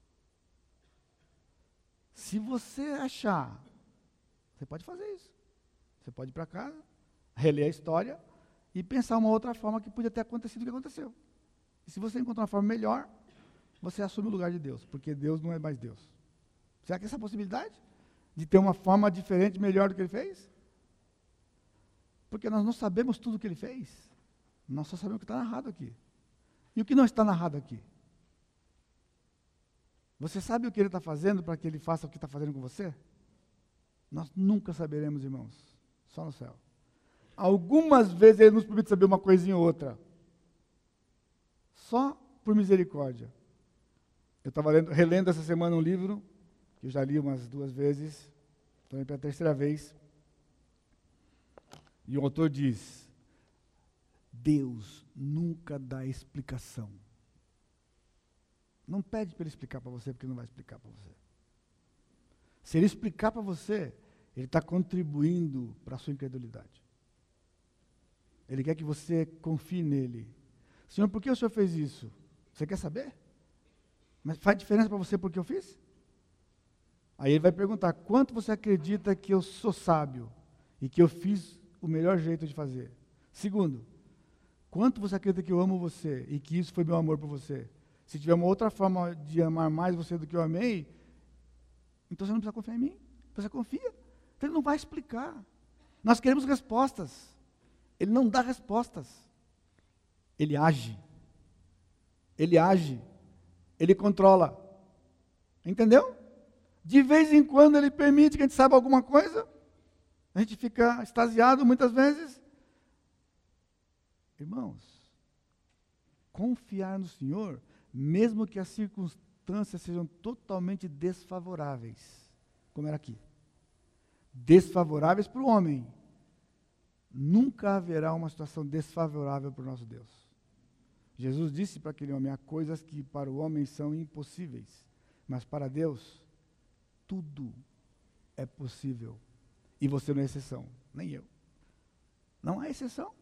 Se você achar, você pode fazer isso. Você pode ir para casa, reler a história e pensar uma outra forma que podia ter acontecido o que aconteceu. E se você encontrar uma forma melhor, você assume o lugar de Deus, porque Deus não é mais Deus. Será que essa possibilidade de ter uma forma diferente, melhor do que Ele fez? Porque nós não sabemos tudo o que Ele fez. Nós só sabemos o que está narrado aqui. E o que não está narrado aqui? Você sabe o que Ele está fazendo para que Ele faça o que está fazendo com você? Nós nunca saberemos, irmãos. Só no céu. Algumas vezes Ele nos permite saber uma coisinha ou outra. Só por misericórdia. Eu estava relendo essa semana um livro, que eu já li umas duas vezes, estou indo pela terceira vez, e o autor diz, Deus nunca dá explicação. Não pede para Ele explicar para você, porque Ele não vai explicar para você. Se Ele explicar para você, Ele está contribuindo para a sua incredulidade. Ele quer que você confie nele. Senhor, por que o Senhor fez isso? Você quer saber? Mas faz diferença para você porque eu fiz? Aí Ele vai perguntar, quanto você acredita que eu sou sábio e que eu fiz o melhor jeito de fazer? Segundo, quanto você acredita que eu amo você e que isso foi meu amor por você? Se tiver uma outra forma de amar mais você do que eu amei, então você não precisa confiar em mim. Você confia. Então Ele não vai explicar. Nós queremos respostas. Ele não dá respostas. Ele age. Ele age. Ele controla. Entendeu? De vez em quando ele permite que a gente saiba alguma coisa. A gente fica extasiado muitas vezes. Irmãos, confiar no Senhor, mesmo que as circunstâncias sejam totalmente desfavoráveis, como era aqui. Desfavoráveis para o homem. Nunca haverá uma situação desfavorável para o nosso Deus. Jesus disse para aquele homem: há coisas que para o homem são impossíveis, mas para Deus, tudo é possível. E você não é exceção, nem eu. Não há exceção.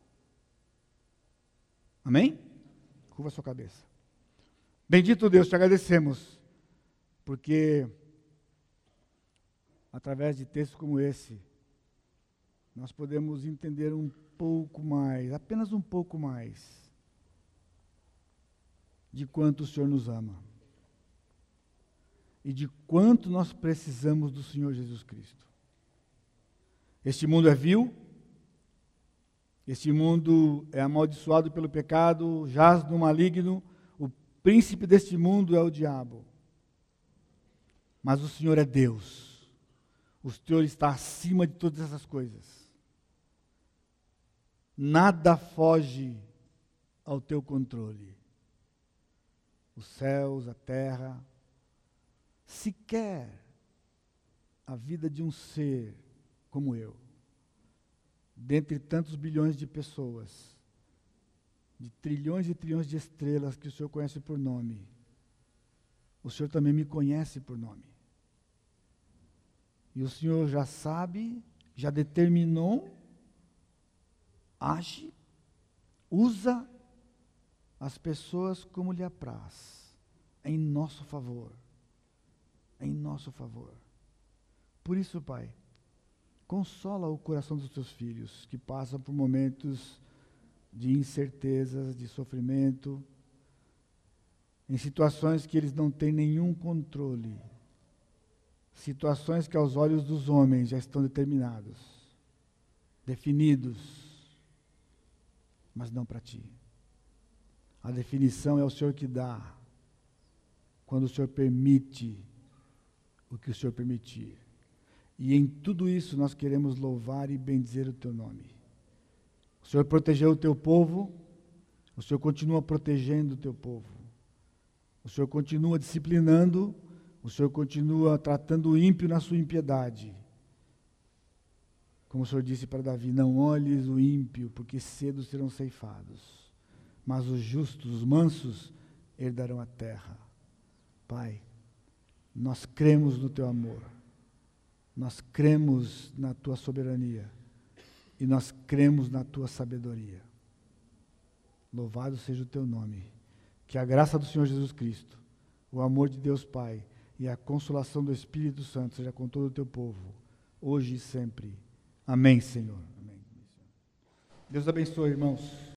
Amém? Curva a sua cabeça. Bendito Deus, te agradecemos, porque através de textos como esse, nós podemos entender um pouco mais, apenas um pouco mais, de quanto o Senhor nos ama. E de quanto nós precisamos do Senhor Jesus Cristo. Este mundo é vil, este mundo é amaldiçoado pelo pecado, jaz no maligno, o príncipe deste mundo é o diabo. Mas o Senhor é Deus, o Senhor está acima de todas essas coisas. Nada foge ao teu controle. Os céus, a terra, sequer a vida de um ser como eu, dentre tantos bilhões de pessoas, de trilhões e trilhões de estrelas que o Senhor conhece por nome, o Senhor também me conhece por nome. E o Senhor já sabe, já determinou, age, usa as pessoas como lhe apraz, em nosso favor. Em nosso favor. Por isso, Pai, consola o coração dos teus filhos, que passam por momentos de incertezas, de sofrimento, em situações que eles não têm nenhum controle, situações que aos olhos dos homens já estão determinados, definidos, mas não para ti. A definição é o Senhor que dá, quando o Senhor permite o que o Senhor permitir. E em tudo isso nós queremos louvar e bendizer o teu nome. O Senhor protegeu o teu povo, o Senhor continua protegendo o teu povo. O Senhor continua disciplinando, o Senhor continua tratando o ímpio na sua impiedade. Como o Senhor disse para Davi: não olhes o ímpio, porque cedo serão ceifados. Mas os justos, os mansos, herdarão a terra. Pai, nós cremos no teu amor, nós cremos na tua soberania e nós cremos na tua sabedoria. Louvado seja o teu nome. Que a graça do Senhor Jesus Cristo, o amor de Deus Pai e a consolação do Espírito Santo seja com todo o teu povo, hoje e sempre. Amém, Senhor. Amém. Deus abençoe, irmãos.